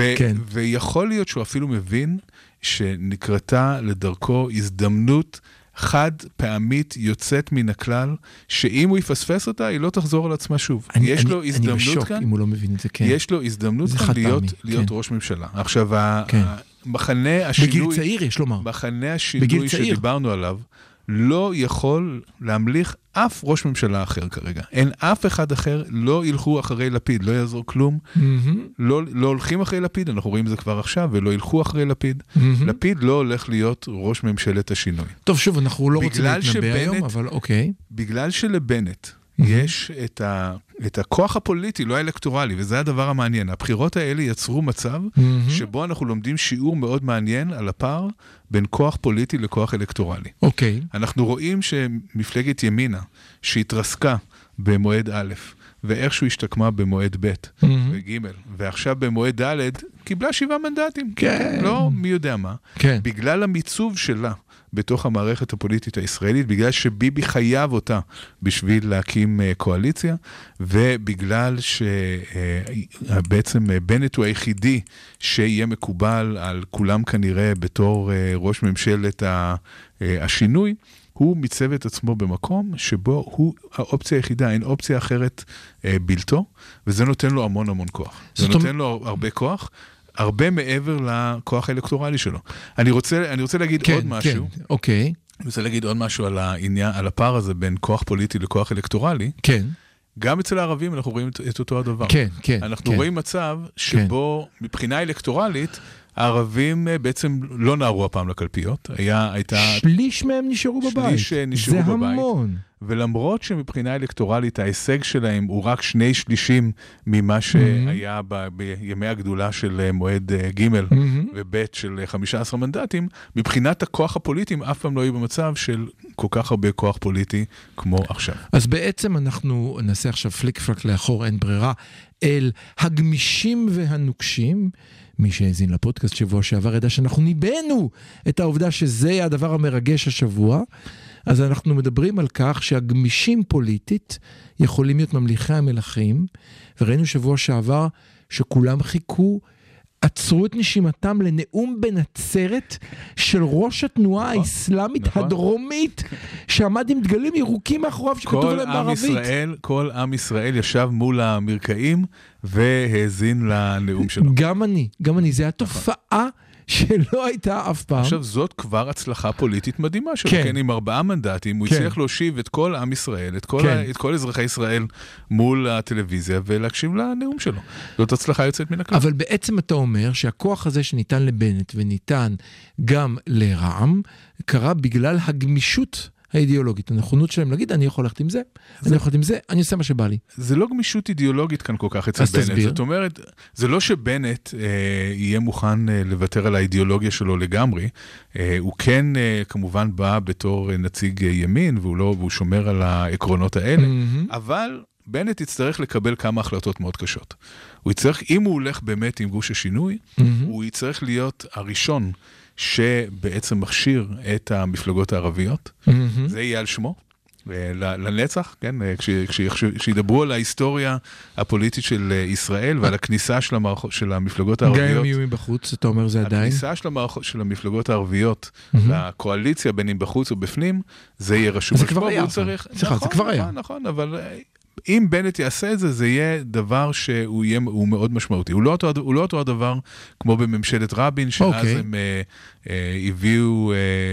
ויכול להיות שהוא אפילו מבין שנקרתה לדרכו הזדמנות חד פעמית יוצאת מן הכלל, שאם הוא יפספס אותה, היא לא תחזור על עצמה שוב. יש לו הזדמנות כאן. אני בשוק אם הוא לא מבין את זה, כן. יש לו הזדמנות כאן להיות ראש ממשלה. עכשיו, מחנה השינוי... בגיל צעיר, יש לומר. מחנה השינוי שדיברנו עליו, לא יכול להמליך אף ראש ממשלה אחר כרגע. אין אף אחד אחר, לא ילכו אחרי לפיד, לא יעזור כלום. לא הולכים אחרי לפיד, אנחנו רואים את זה כבר עכשיו, ולא ילכו אחרי לפיד. לפיד לא הולך להיות ראש ממשלת השינוי. טוב, שוב, אנחנו לא רוצים להתנבא היום, אבל אוקיי. בגלל שלבנט יש את הכוח הפוליטי, לא האלקטורלי, וזה הדבר המעניין. הבחירות האלה יצרו מצב שבו אנחנו לומדים שיעור מאוד מעניין על הפער בין כוח פוליטי לכוח אלקטורלי. אוקיי. אנחנו רואים שמפלגת ימינה, שהתרסקה במועד א', ואיכשהו השתקמה במועד ב' וג', ועכשיו במועד ד', קיבלה 7 מנדטים. כן. לא מי יודע מה. כן. בגלל המיצוב שלה, בתוך המערכת הפוליטית הישראלית, בגלל שביבי חייב אותה בשביל להקים קואליציה, ובגלל שבעצם בנט הוא היחידי שיהיה מקובל על כולם כנראה בתור ראש ממשלת השינוי, הוא מיצב את עצמו במקום שבו הוא האופציה היחידה, אין אופציה אחרת בלתו, וזה נותן לו המון המון כוח. זה נותן לו הרבה כוח, הרבה מעבר לכוח האלקטורלי שלו. אני רוצה להגיד עוד משהו. כן, אוקיי. אני רוצה להגיד עוד משהו על העניין, על הפער הזה בין כוח פוליטי לכוח אלקטורלי. כן. גם אצל הערבים אנחנו רואים את אותו הדבר. כן, כן. אנחנו רואים מצב שבו מבחינה אלקטורלית, הערבים בעצם לא נערו הפעם לקלפיות. שליש מהם נשארו בבית. שליש נשארו בבית. זה המון. ולמרות שמבחינה אלקטורלית ההישג שלהם הוא רק 2/3 ממה שהיה בימי הגדולה של מועד ג' וב' של 15 מנדטים, מבחינת הכוח הפוליטי הם אף פעם לא היו במצב של כל כך הרבה כוח פוליטי כמו עכשיו. אז בעצם אנחנו נעשה עכשיו פליק פלק לאחור, אין ברירה, אל הגמישים והנוקשים. מי שהזין לפודקאסט שבוע שעבר ידע שאנחנו ניבאנו את העובדה שזה הדבר המרגש השבוע. אז אנחנו מדברים על כך שהגמישים פוליטית יכולים להיות ממליכי המלכים, וראינו שבוע שעבר שכולם חיכו, עצרו את נשימתם לנאום בנצרת של ראש התנועה האסלאמית הדרומית, שעמד עם דגלים ירוקים מאחוריו שכתוב להם בערבית. כל עם ישראל ישב מול המרקעים והאזין לנאום שלו. גם אני, זה התופעה שלא הייתה אף פעם. עכשיו, זאת כבר הצלחה פוליטית מדהימה שלו, כן, עם 4 מנדטים, הוא הצליח להושיב את כל עם ישראל, את כל אזרחי ישראל מול הטלוויזיה, ולהקשיב לנאום שלו. זאת הצלחה יוצאת מן הכלל. אבל בעצם אתה אומר שהכוח הזה שניתן לבנט, וניתן גם לרע"מ, קרה בגלל הגמישות האידיאולוגית, הנכונות שלהם להגיד, אני יכול ללכת עם זה, אני יכול ללכת עם זה, אני עושה מה שבא לי. זה לא גמישות אידיאולוגית כאן כל כך אצל בנט. זאת אומרת, זה לא שבנט יהיה מוכן לוותר על האידיאולוגיה שלו לגמרי, הוא כן כמובן בא בתור נציג ימין, והוא שומר על העקרונות האלה, אבל בנט יצטרך לקבל כמה החלטות מאוד קשות. הוא יצטרך, אם הוא הולך באמת עם גוש השינוי, הוא יצטרך להיות הראשון שבעצם מכשיר את המפלגות הערביות. זה יהיה על שמו, לנצח, כן? כשידברו על ההיסטוריה הפוליטית של ישראל ועל הכניסה של המפלגות הערביות. גם אם יהיו מבחוץ, אתה אומר זה עדיין? הכניסה של המפלגות הערביות לקואליציה, בין אם בחוץ או בפנים, זה יהיה רשום. זה כבר היה. סליחה, זה כבר היה. נכון, אבל אם בנט יעשה את זה, זה יהיה דבר שהוא מאוד משמעותי. הוא לא אותו הדבר כמו בממשלת רבין, שאז הם הביאו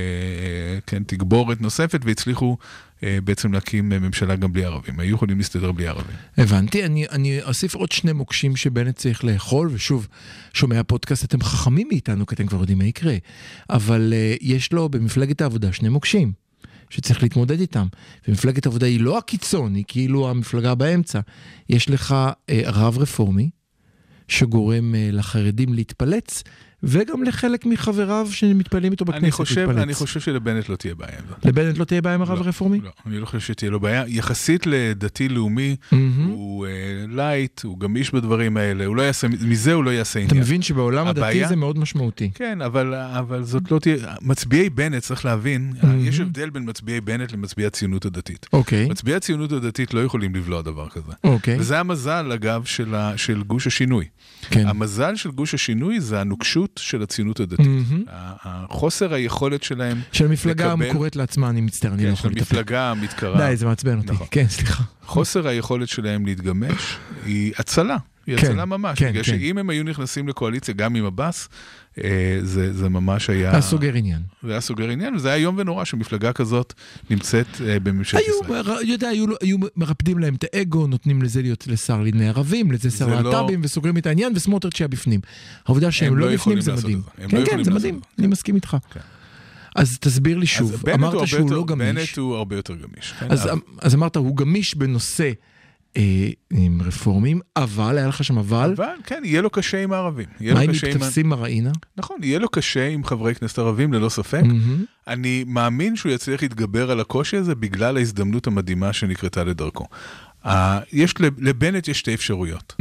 תגבורת נוספת, והצליחו בעצם להקים ממשלה גם בלי ערבים. היו יכולים להסתדר בלי ערבים. הבנתי, אני אוסיף עוד 2 מוקשים שבנט צריך לאכול, ושוב, שומע הפודקאסט, אתם חכמים מאיתנו, כי אתם כבר יודעים מה יקרה. אבל יש לו במפלגת העבודה 2 מוקשים. שצריך להתמודד איתם. ומפלגת העבודה היא לא הקיצון, היא כאילו המפלגה באמצע. יש לך רב רפורמי, שגורם לחרדים להתפלץ, וגם לחלק מחבריו שמתפעלים איתו בכנסת להתפלץ. אני חושב שלבנט לא תהיה בעיה. לבנט לא תהיה בעיה עם הרב הרפורמי? לא, אני לא חושב שתהיה לו בעיה. יחסית לדתי לאומי, הוא לייט, הוא גמיש בדברים האלה, מזה הוא לא יעשה עניין. אתה מבין שבעולם הדתי זה מאוד משמעותי. כן, אבל זאת לא תהיה, מצביעי בנט, צריך להבין, יש הבדל בין מצביעי בנט למצביעי הציונות הדתית. מצביעי הציונות הדתית לא יכולים לבלוע דבר כזה. וזה המזל, אגב, של גוש השינוי. המזל של גוש השינוי זה הנוקשות ההתמוססות של הציונות הדתית. החוסר היכולת שלהם של המפלגה המקורית לעצמה, אני מצטער, אני לא יכול לטפל. של המפלגה המתקרה. די, זה מעצבן אותי. כן, סליחה. חוסר היכולת שלהם להתגמש היא הצלה. היא הצלה ממש. בגלל שאם הם היו נכנסים לקואליציה גם עם הבאס, זה ממש היה... סוגר עניין. זה היה סוגר עניין, וזה היה יום ונורא שמפלגה כזאת נמצאת בממשלת ישראל. היו מרפדים להם את האגו, נותנים לזה להיות לשר לענייני ערבים, לזה שר להט"בים, וסוגרים את העניין, וסמוטריץ' היה בפנים. העובדה שהם לא בפנים זה מדהים. כן, זה מדהים, אני מסכים איתך. אז תסביר לי שוב, אמרת שהוא לא גמיש. בנט הוא הרבה יותר גמיש. אז אמרת, הוא גמיש בנושא עם רפורמים, אבל, היה לך שם אבל? כן, יהיה לו קשה עם הערבים. מה אם מתפסים מראינה? נכון, יהיה לו קשה עם חברי כנסת ערבים, ללא ספק. אני מאמין שהוא יצליח להתגבר על הקושי הזה, בגלל ההזדמנות המדהימה שנקרתה לדרכו. לבנט יש שתי אפשרויות.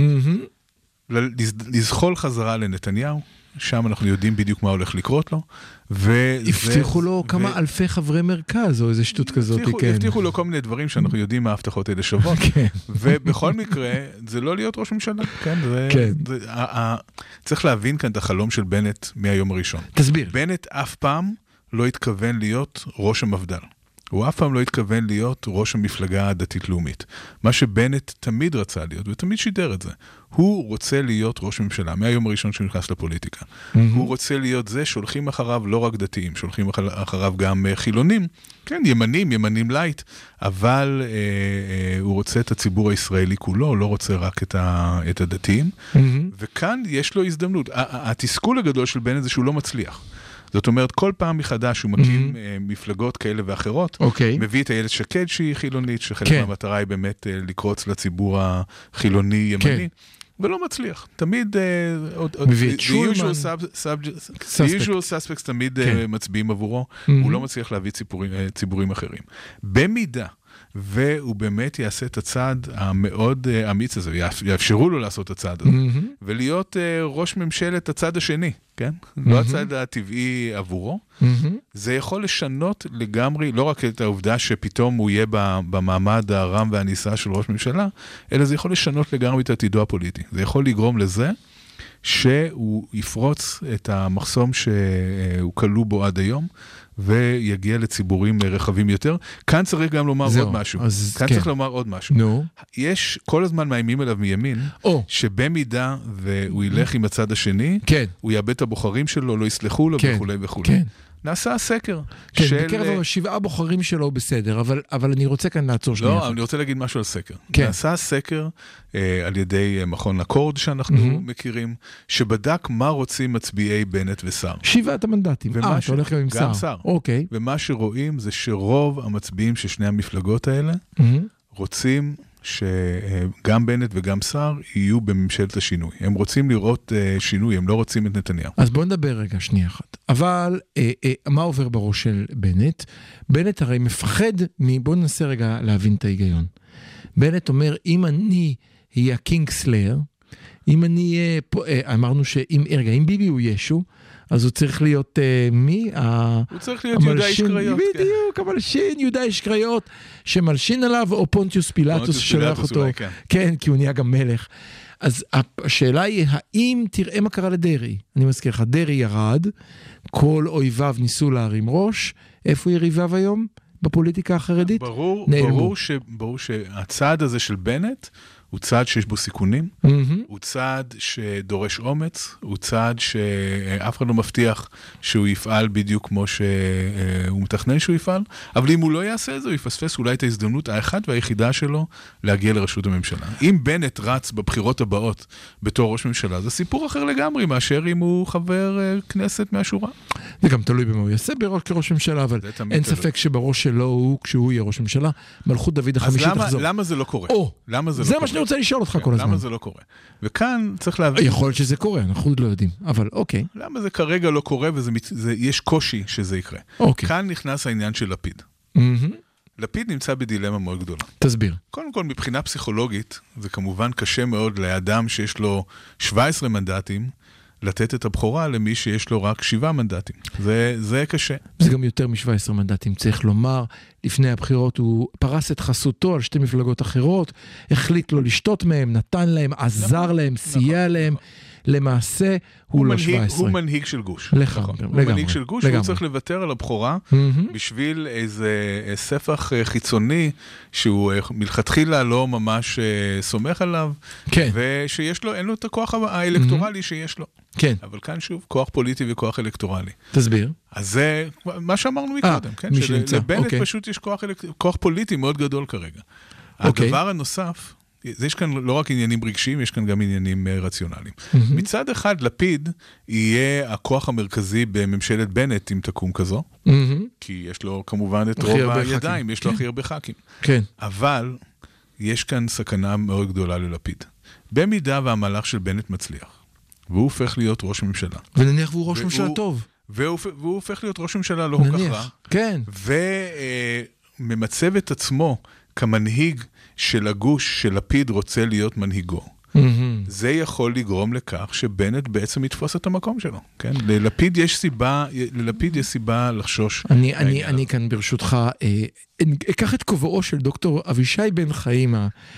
לזחול חזרה לנתניהו, שם אנחנו יודעים בדיוק מה הולך לקרות לו. הבטיחו לו כמה אלפי חברי מרכז, או איזה שטות כזאת. הבטיחו לו כל מיני דברים שאנחנו יודעים מה ההבטחות האלה שוות. ובכל מקרה, זה לא להיות ראש ממשלה. צריך להבין כאן את החלום של בנט מהיום הראשון. תסביר. בנט אף פעם לא התכוון להיות ראש המפד"ל. הוא אף פעם לא התכוון להיות ראש המפלגה הדתית-לאומית. מה שבנט תמיד רצה להיות, ותמיד שידר את זה. הוא רוצה להיות ראש ממשלה, מהיום הראשון שהוא נכנס לפוליטיקה. הוא רוצה להיות זה, שולחים אחריו לא רק דתיים, שולחים אחריו גם חילונים, כן, ימנים לייט, אבל הוא רוצה את הציבור הישראלי כולו, הוא לא רוצה רק את הדתיים. וכאן יש לו הזדמנות. התסכול הגדול של בנט זה שהוא לא מצליח. זאת אומרת, כל פעם מחדש הוא מקים מפלגות כאלה ואחרות, מביא את איילת שקד שהיא חילונית, שחלק מהמטרה היא באמת לקרוץ לציבור החילוני ימני, ולא מצליח. תמיד, the usual suspects תמיד מצביעים עבורו, הוא לא מצליח להביא ציבורים אחרים. במידה, והוא באמת יעשה את הצעד המאוד אמיץ הזה, יאפשרו לו לעשות את הצעד הזה, ולהיות ראש ממשלת הצד השני, כן? לא הצד הטבעי עבורו. זה יכול לשנות לגמרי, לא רק את העובדה שפתאום הוא יהיה במעמד הרם והניסה של ראש ממשלה, אלא זה יכול לשנות לגמרי את עתידו הפוליטי. זה יכול לגרום לזה שהוא יפרוץ את המחסום שהוא כלוא בו עד היום, ויגיע לציבורים רחבים יותר. כאן צריך גם לומר עוד משהו. צריך לומר עוד משהו. יש כל הזמן מאיימים עליו מימין, שבמידה והוא ילך עם הצד השני, הוא יאבד את הבוחרים שלו, לא יסלחו לו וכו' וכו'. נעשה הסקר. כן, בקרב 7 בוחרים שלו בסדר, אבל אני רוצה כאן לעצור שנייה. לא, אני רוצה להגיד משהו על סקר. נעשה הסקר על ידי מכון אקורד שאנחנו מכירים, שבדק מה רוצים מצביעי בנט ושר. 7 המנדטים. אתה הולך גם עם שר. גם שר. ומה שרואים זה שרוב המצביעים של שני המפלגות האלה רוצים שגם בנט וגם שר יהיו בממשלת השינוי. הם רוצים לראות שינוי, הם לא רוצים את נתניהו. אז בואו נדבר רגע שנייה אחת. אבל מה עובר בראש של בנט? בנט הרי מפחד בואו ננסה רגע להבין את ההיגיון. בנט אומר, אם אני אהיה קינג סלייר, אם אני אהיה, אמרנו אם ביבי הוא ישו, אז הוא צריך להיות מי? הוא צריך להיות יהודה איש קריות. בדיוק, המלשין, יהודה איש קריות, שמלשין עליו, או פונטיוס פילטוס ששולח אותו. כן, כי הוא נהיה גם מלך. אז השאלה היא, האם תראה מה קרה לדרי? אני מזכיר לך, דרי ירד, כל אויביו ניסו להרים ראש, איפה יריביו היום? בפוליטיקה החרדית? ברור שהצעד הזה של בנט, הוא צעד שיש בו סיכונים, הוא צעד שדורש אומץ, הוא צעד שאף אחד לא מבטיח שהוא יפעל בדיוק כמו שהוא מתכנן שהוא יפעל, אבל אם הוא לא יעשה את זה, הוא יפספס אולי את ההזדמנות האחת והיחידה שלו להגיע לראשות הממשלה. אם בנט רץ בבחירות הבאות בתור ראש ממשלה, זה סיפור אחר לגמרי מאשר אם הוא חבר כנסת מהשורה. זה גם תלוי במה הוא יעשה כראש ממשלה, אבל אין ספק שבראש שלו הוא, כשהוא יהיה ראש ממשלה, מלכות דוד החמישית תחזור. אז למה זה לא קורה? זה מה שאני רוצה לשאול אותך כל הזמן. למה זה לא קורה? וכאן צריך להבין... יכול להיות שזה קורה, אנחנו עוד לא יודעים, אבל אוקיי. למה זה כרגע לא קורה, ויש קושי שזה יקרה. כאן נכנס העניין של לפיד. לפיד נמצא בדילמה מאוד גדולה. תסביר. קודם כל, מבחינה פסיכולוגית, זה כמובן קשה מאוד לאדם שיש לו 17 מנדטים, לתת את הבחורה למי שיש לו רק 7 מנדטים. זה קשה. זה גם יותר מ-17 מנדטים, צריך לומר. לפני הבחירות הוא פרס את חסותו על 2 מפלגות אחרות, החליט לו לשתות מהם, נתן להם, עזר להם, סייע להם. למעשה הוא לא 17. הוא מנהיג של גוש. לגמרי. הוא מנהיג של גוש, והוא צריך לוותר על הבכורה בשביל איזה ספח חיצוני שהוא מלכתחילה לא ממש סומך עליו, ושיש לו, אין לו את הכוח האלקטורלי שיש לו. כן. אבל כאן שוב, כוח פוליטי וכוח אלקטורלי. תסביר. אז זה מה שאמרנו מקודם, כן? שלבנט פשוט יש כוח פוליטי מאוד גדול כרגע. הדבר הנוסף, יש כאן לא רק עניינים רגשיים, יש כאן גם עניינים רציונליים. מצד אחד, לפיד יהיה הכוח המרכזי בממשלת בנט, אם תקום כזו, כי יש לו כמובן את רוב הידיים, יש לו הכי הרבה ח"כים. אבל יש כאן סכנה מאוד גדולה ללפיד. במידה והמהלך של בנט מצליח, והוא הופך להיות ראש ממשלה. ונניח והוא ראש ממשלה טוב. והוא הופך להיות ראש ממשלה לא כל כך רע. כן. וממצב את עצמו כמנהיג של הגוש שלפיד רוצה להיות מנהיגו. זה יכול לגרום לכך שבנט בעצם יתפוס את המקום שלו. כן? ללפיד יש סיבה לחשוש. אני כאן ברשותך, אקח את כובעו של דוקטור אבישי בן חיים,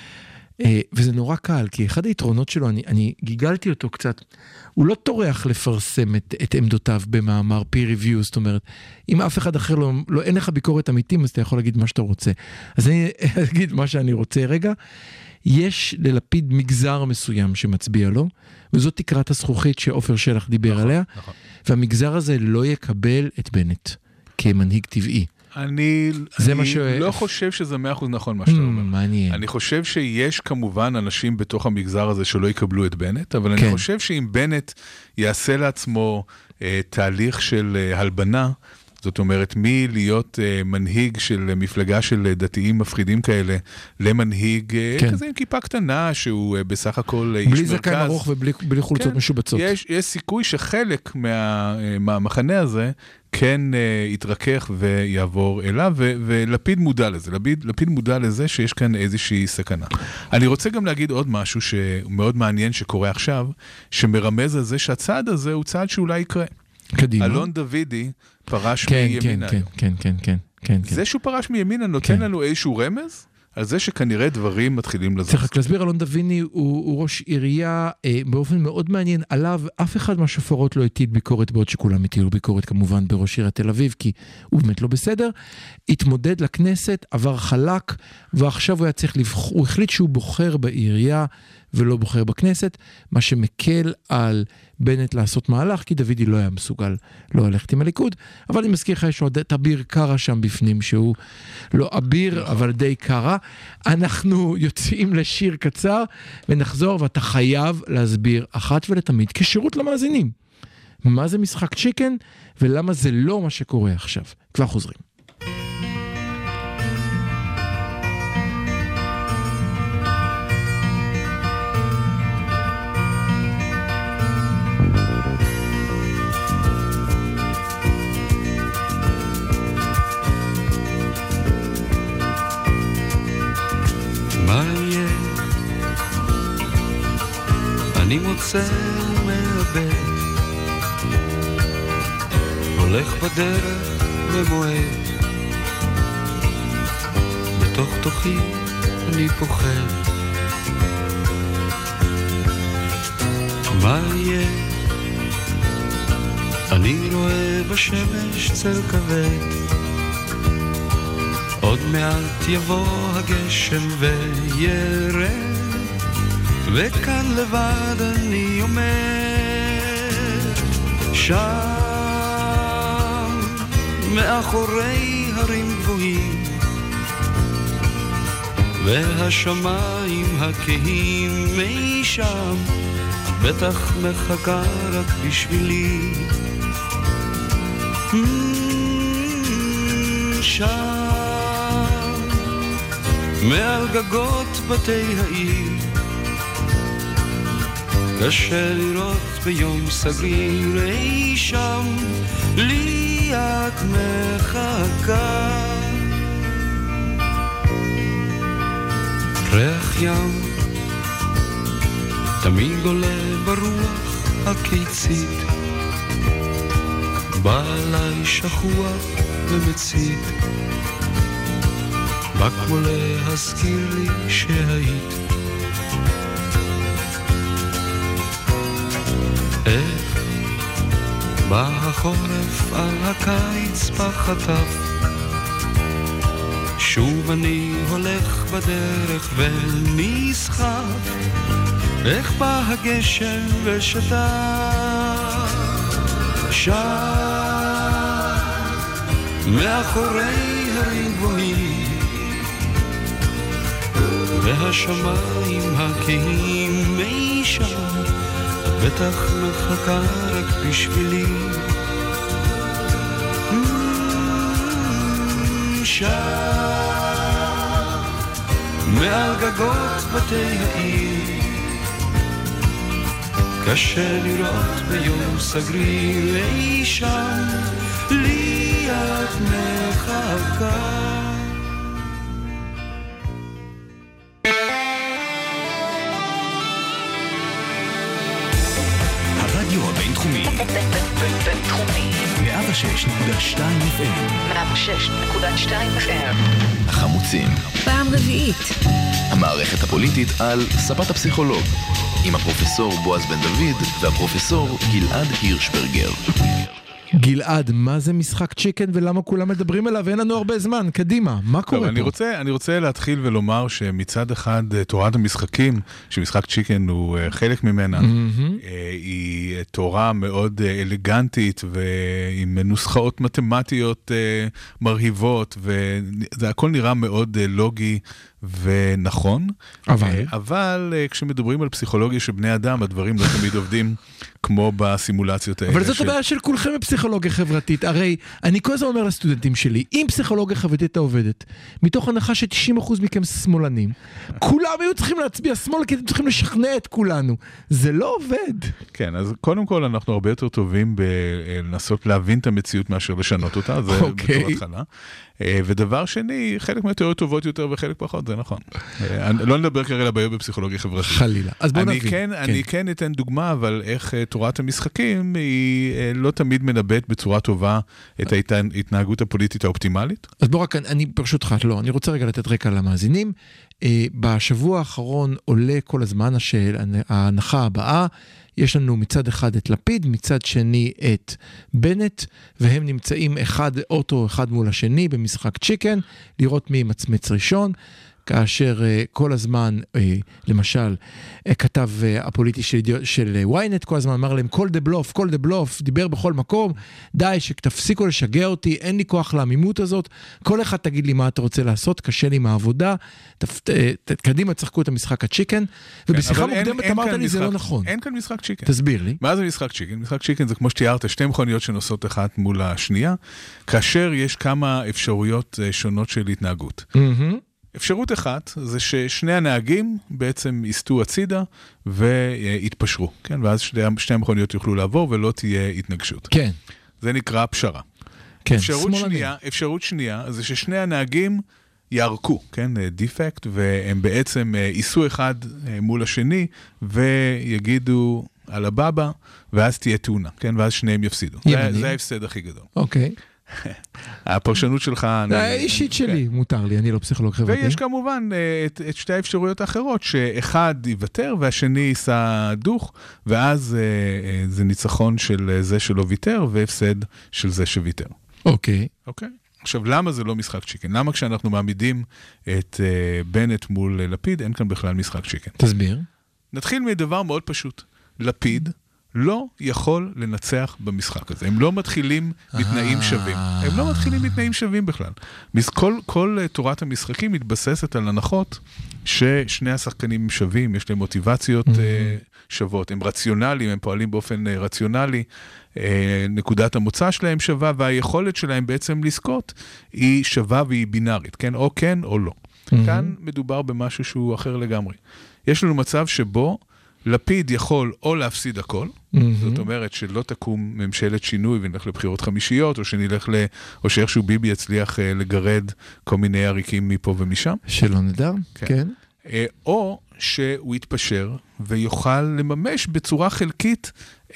וזה נורא קל, כי אחד היתרונות שלו, אני גיגלתי אותו קצת, הוא לא טורח לפרסם את עמדותיו במאמר peer review, זאת אומרת, אם אף אחד אחר אין לך ביקורת אמיתים, אז אתה יכול להגיד מה שאתה רוצה. אז אני אגיד מה שאני רוצה רגע. יש ללפיד מגזר מסוים שמצביע לו, וזאת תקרת הזכוכית שאופר שלח דיבר עליה, והמגזר הזה לא יקבל את בנט כמנהיג טבעי. אני לא חושב שזה 100% נכון מה שאתה אומר. מעניין. אני חושב שיש כמובן אנשים בתוך המגזר הזה שלא יקבלו את בנט, אבל אני חושב שאם בנט יעשה לעצמו תהליך של הלבנה, זאת אומרת, מי להיות מנהיג של מפלגה של דתיים מפחידים כאלה, למנהיג כזה עם כיפה קטנה, שהוא בסך הכל איש מרכז. בלי זקן ארוך ובלי חולצות משובצות. יש סיכוי שחלק מהמחנה הזה כן יתרכך ויעבור אליו, ולפיד מודע לזה. לפיד מודע לזה שיש כאן איזושהי סכנה. אני רוצה גם להגיד עוד משהו שמאוד מעניין שקורה עכשיו, שמרמז על זה שהצעד הזה הוא צעד שאולי יקרה. קדימה. אלון דוידי פרש מימינה. כן. זה שהוא פרש מימינה נותן לנו איזשהו רמז על זה שכנראה דברים מתחילים לזוז. צריך להסביר, אלון דוידי הוא ראש עירייה באופן מאוד מעניין, עליו אף אחד מהשופרות לא הטיל ביקורת, בעוד שכולם הטילו ביקורת כמובן בראש עיריית תל אביב, כי הוא באמת לא בסדר. התמודד לכנסת, עבר חלק, ועכשיו הוא היה צריך הוא החליט שהוא בוחר בעירייה ולא בוחר בכנסת, מה שמקל על בנט לעשות מהלך, כי דוידי לא היה מסוגל לא ללכת עם הליכוד, אבל אני מזכיר לך, יש עוד את אביר קרה שם בפנים, שהוא לא אביר, אבל די קרה. אנחנו יוצאים לשיר קצר, ונחזור, ואתה חייב להסביר אחת ולתמיד, כשירות למאזינים, מה זה משחק צ'יקן, ולמה זה לא מה שקורה עכשיו. כבר חוזרים. אני מוצא מאבד, הולך בדרך ומועד, בתוך תוכי אני פוחד. מה יהיה? אני רואה בשמש צל כבד, עוד מעט יבוא הגשם וירד, וכאן לבד אני עומד, שם מאחורי הרים גבוהים, והשמיים הכהים מי שם, בטח מחכה רק בשבילי. שם מעל גגות בתי העיר, קשה לראות ביום סגריר, אי שם לי את מחכה. ריח ים תמיד עולה ברוח הקיצית, בא עליי שחוח ומצית, בא כמו להזכיר לי שהיית. בא החורף על הקיץ בחטף, שוב אני הולך בדרך ונסחף, איך בא הגשם ושטף שם מאחורי הרים גבוהים, והשמיים הכהים מי שם בטח מחכה רק בשבילי, שם מעל גגות בתי העיר, קשה לראות ביום סגריר, אי שם לי את מחכה. הרדיו הבינתחומי בינתחומי 106.2 FM 106.2 FM. החמוצים, פעם רביעית. המערכת הפוליטית על ספת הפסיכולוג, עם הפרופסור בועז בן דוד והפרופסור גלעד הירשברגר. גלעד, מה זה משחק צ'יקן ולמה כולם מדברים עליו? אין לנו הרבה זמן, קדימה, מה קורה פה? אני רוצה להתחיל ולומר שמצד אחד תורת המשחקים, שמשחק צ'יקן הוא חלק ממנה, היא תורה מאוד אלגנטית ועם נוסחאות מתמטיות מרהיבות, וזה הכל נראה מאוד לוגי ונכון, אבל כשמדברים על פסיכולוגיה של בני אדם, הדברים לא תמיד עובדים כמו בסימולציות האלה. אבל זאת הבעיה של כולכם בפסיכולוגיה חברתית. הרי אני כל הזמן אומר לסטודנטים שלי, אם פסיכולוגיה חברתית עובדת, מתוך הנחה ש90% מכם שמאלנים, כולם היו צריכים להצביע שמאל, כי אתם צריכים לשכנע את כולנו. זה לא עובד. כן, אז קודם כל אנחנו הרבה יותר טובים בלנסות להבין את המציאות מאשר לשנות אותה, זה בתור התחלה. ודבר שני, חלק מהתיאוריות טובות יותר וחלק פחות, זה נכון. לא נדבר כרגע לבעיות בפסיכולוגיה חברתית. חלילה. אז בוא נבין. אני כן אתן דוגמה, אבל איך תורת המשחקים היא לא תמיד מנבט בצורה טובה את ההתנהגות הפוליטית האופטימלית. אז בוא רק, אני ברשותך, לא, אני רוצה רגע לתת רקע למאזינים. בשבוע האחרון עולה כל הזמן ההנחה הבאה, יש לנו מצד אחד את לפיד, מצד שני את בנט, והם נמצאים אוטו אחד מול השני במשחק צ'יקן, לראות מי מצמץ ראשון, כאשר כל הזמן, למשל, כתב הפוליטי של וויינט, כל הזמן אמר להם, כל דה בלוף, דיבר בכל מקום, די, שתפסיקו לשגע אותי, אין לי כוח לעמימות הזאת, כל אחד תגיד לי מה אתה רוצה לעשות, קשה לי מהעבודה, קדימה צחקו את המשחק הצ'יקן, ובשיחה מוקדמת אמרת לי, זה לא נכון. אין כאן משחק צ'יקן. תסביר לי. מה זה משחק צ'יקן? משחק צ'יקן זה כמו שתיארת, שתי מכוניות שנוסעות אחת מול השנייה, כאשר יש כמה אפשרויות שונות של התנהגות. אפשרות אחת זה ששני הנהגים בעצם יסתו הצידה והתפשרו, כן? ואז שתי המכוניות יוכלו לעבור ולא תהיה התנגשות. כן. זה נקרא פשרה. כן, אפשרות שנייה זה ששני הנהגים יערקו, כן? דיפקט, והם בעצם ייסו אחד מול השני ויגידו על הבבא, ואז תהיה תאונה, כן? ואז שניהם יפסידו. זה ההפסד הכי גדול. אוקיי. הפרשנות שלך... האישית שלי, מותר לי, אני לא פסיכולוג חברתי. ויש כמובן את שתי האפשרויות האחרות, שאחד יוותר והשני ייסע דוך, ואז זה ניצחון של זה שלא ויתר, והפסד של זה שוויתר. אוקיי. אוקיי. עכשיו, למה זה לא משחק צ'יקן? למה כשאנחנו מעמידים את בנט מול לפיד, אין כאן בכלל משחק צ'יקן? תסביר. נתחיל מדבר מאוד פשוט. לפיד לא יכול לנצח במשחק הזה. הם לא מתחילים בתנאים שווים. הם לא מתחילים בתנאים שווים בכלל. כל תורת המשחקים מתבססת על הנחות ששני השחקנים שווים, יש להם מוטיבציות שוות, הם רציונליים, הם פועלים באופן רציונלי, נקודת המוצא שלהם שווה, והיכולת שלהם בעצם לזכות היא שווה והיא בינארית, כן? או כן או לא. כאן מדובר במשהו שהוא אחר לגמרי. יש לנו מצב שבו לפיד יכול או להפסיד הכל, זאת אומרת שלא תקום ממשלת שינוי ונלך לבחירות חמישיות, או שאיכשהו ביבי יצליח לגרד כל מיני עריקים מפה ומשם. שלא נדע, כן. או שהוא יתפשר ויוכל לממש בצורה חלקית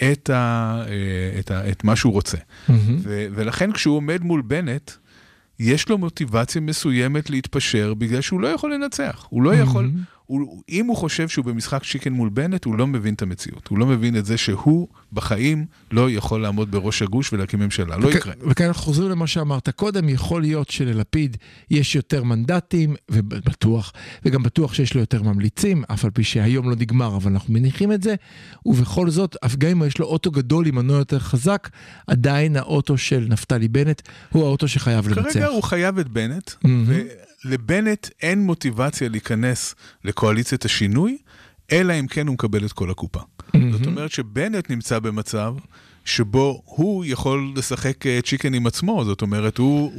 את מה שהוא רוצה. ולכן כשהוא עומד מול בנט, יש לו מוטיבציה מסוימת להתפשר, בגלל שהוא לא יכול לנצח. הוא אם הוא חושב שהוא במשחק צ'יקן מול בנט, הוא לא מבין את המציאות. הוא לא מבין את זה שהוא בחיים לא יכול לעמוד בראש הגוש ולהקים ממשלה. לא יקרה. וכאן אנחנו חוזרים למה שאמרת קודם, יכול להיות שללפיד יש יותר מנדטים, ובטוח, וגם בטוח שיש לו יותר ממליצים, אף על פי שהיום לא נגמר, אבל אנחנו מניחים את זה, ובכל זאת, גם אם יש לו אוטו גדול עם מנוע יותר חזק, עדיין האוטו של נפתלי בנט הוא האוטו שחייב לנצח. כרגע הוא חייב את בנט, ולבנט אין מוטיבציה להיכנס לקואליציית השינוי, אלא אם כן הוא מקבל את כל הקופה. זאת אומרת שבנט נמצא במצב שבו הוא יכול לשחק צ'יקן עם עצמו, זאת אומרת,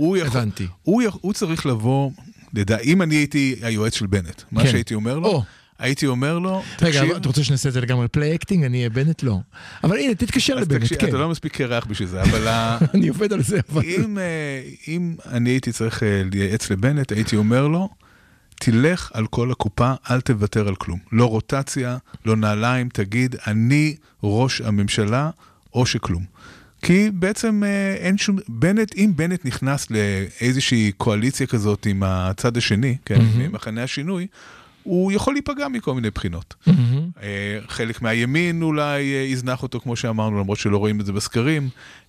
הוא צריך לבוא, אם אני הייתי היועץ של בנט, מה שהייתי אומר לו, הייתי אומר לו, רגע, אתה רוצה שנעשה את זה לגמרי פליי אקטינג? אני אהיה בנט? לא. אבל הנה, תתקשר לבנט, כן. אתה לא מספיק קרח בשביל זה, אבל אני עובד על זה. אם אני הייתי צריך לייעץ לבנט, הייתי אומר לו, תלך על כל הקופה, אל תוותר על כלום. לא רוטציה, לא נעליים, תגיד, אני ראש הממשלה, או שכלום. כי בעצם אין שום, אם בנט נכנס לאיזושהי קואליציה כזאת עם הצד השני, כן, עם מחנה השינוי, הוא יכול להיפגע מכל מיני בחינות. חלק מהימין אולי יזנח אותו, כמו שאמרנו, למרות שלא רואים את זה בסקרים.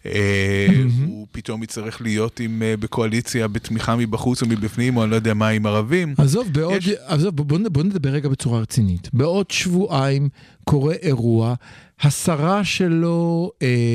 הוא פתאום יצטרך להיות בקואליציה, בתמיכה מבחוץ או מבפנים, או אני לא יודע מה, עם ערבים. עזוב, בוא נדבר רגע בצורה רצינית. בעוד שבועיים קורה אירוע, השרה שלו,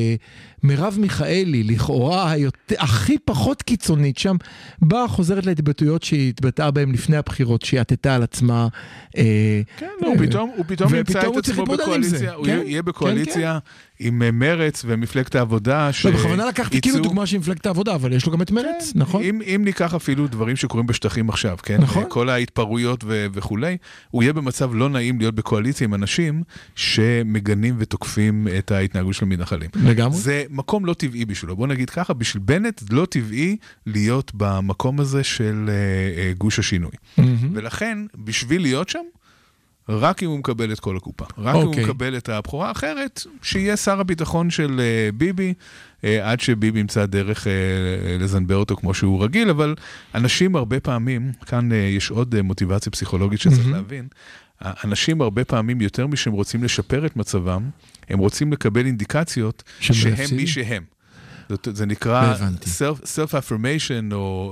מרב מיכאלי, לכאורה הכי פחות קיצונית שם, באה חוזרת להתבטאויות שהיא התבטאה בהם לפני הבחירות, שהיא עטתה על עצמה. כן, הוא פתאום ימצא את עצמו בקואליציה, הוא יהיה בקואליציה עם מרץ ומפלגת העבודה. בכוונה לקחתי כאילו דוגמה של מפלגת העבודה, אבל יש לו גם את מרץ, נכון? אם ניקח אפילו דברים שקורים בשטחים עכשיו, כן? כל ההתפרעויות וכולי, הוא יהיה במצב לא נעים להיות בקואליציה עם אנשים שמגנים ותוקפים את ההתנהגות של המתנחלים. לגמרי. זה מקום לא טבעי בשבילו. בוא נגיד ככה, בשביל בנט לא טבעי להיות במקום הזה של גוש השינוי. ולכן, בשביל להיות שם, רק אם הוא מקבל את כל הקופה. רק אם הוא מקבל את הבחורה האחרת, שיהיה שר הביטחון של ביבי, עד שביבי ימצא דרך לזנבר אותו כמו שהוא רגיל, אבל אנשים הרבה פעמים, כאן יש עוד מוטיבציה פסיכולוגית שצריך להבין, אנשים הרבה פעמים יותר משהם רוצים לשפר את מצבם, הם רוצים לקבל אינדיקציות שהם מי שהם. זה נקרא self-affirmation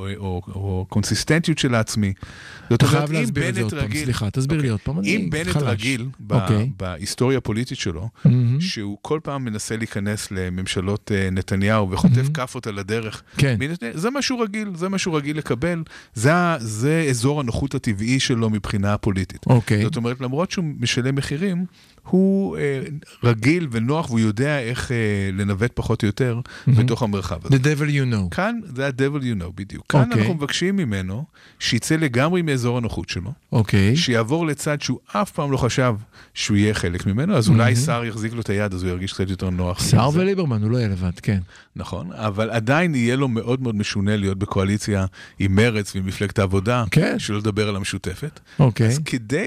או קונסיסטנטיות של העצמי. אתה חייב להסביר את זה עוד פעם, סליחה, תסביר לי עוד פעם. אם בנט רגיל בהיסטוריה הפוליטית שלו, שהוא כל פעם מנסה להיכנס לממשלות נתניהו וחוטף כפות על הדרך, זה משהו רגיל, זה משהו רגיל לקבל, זה אזור הנוחות הטבעי שלו מבחינה פוליטית. זאת אומרת, למרות שהוא משלם מחירים, הוא רגיל ונוח, והוא יודע איך לנווט פחות או יותר בתוך המרחב הזה. The devil you know. כאן, זה ה-devil you know, בדיוק. כאן אנחנו מבקשים ממנו, שיצא לגמרי מאזור הנוחות שלו, שיעבור לצד שהוא אף פעם לא חשב שהוא יהיה חלק ממנו, אז אולי שר יחזיק לו את היד, אז הוא ירגיש קצת יותר נוח. שר וליברמן, הוא לא יהיה לבד, כן. נכון, אבל עדיין יהיה לו מאוד מאוד משונה להיות בקואליציה עם מרץ ועם מפלגת העבודה, שלא לדבר על המשותפת. אז כדי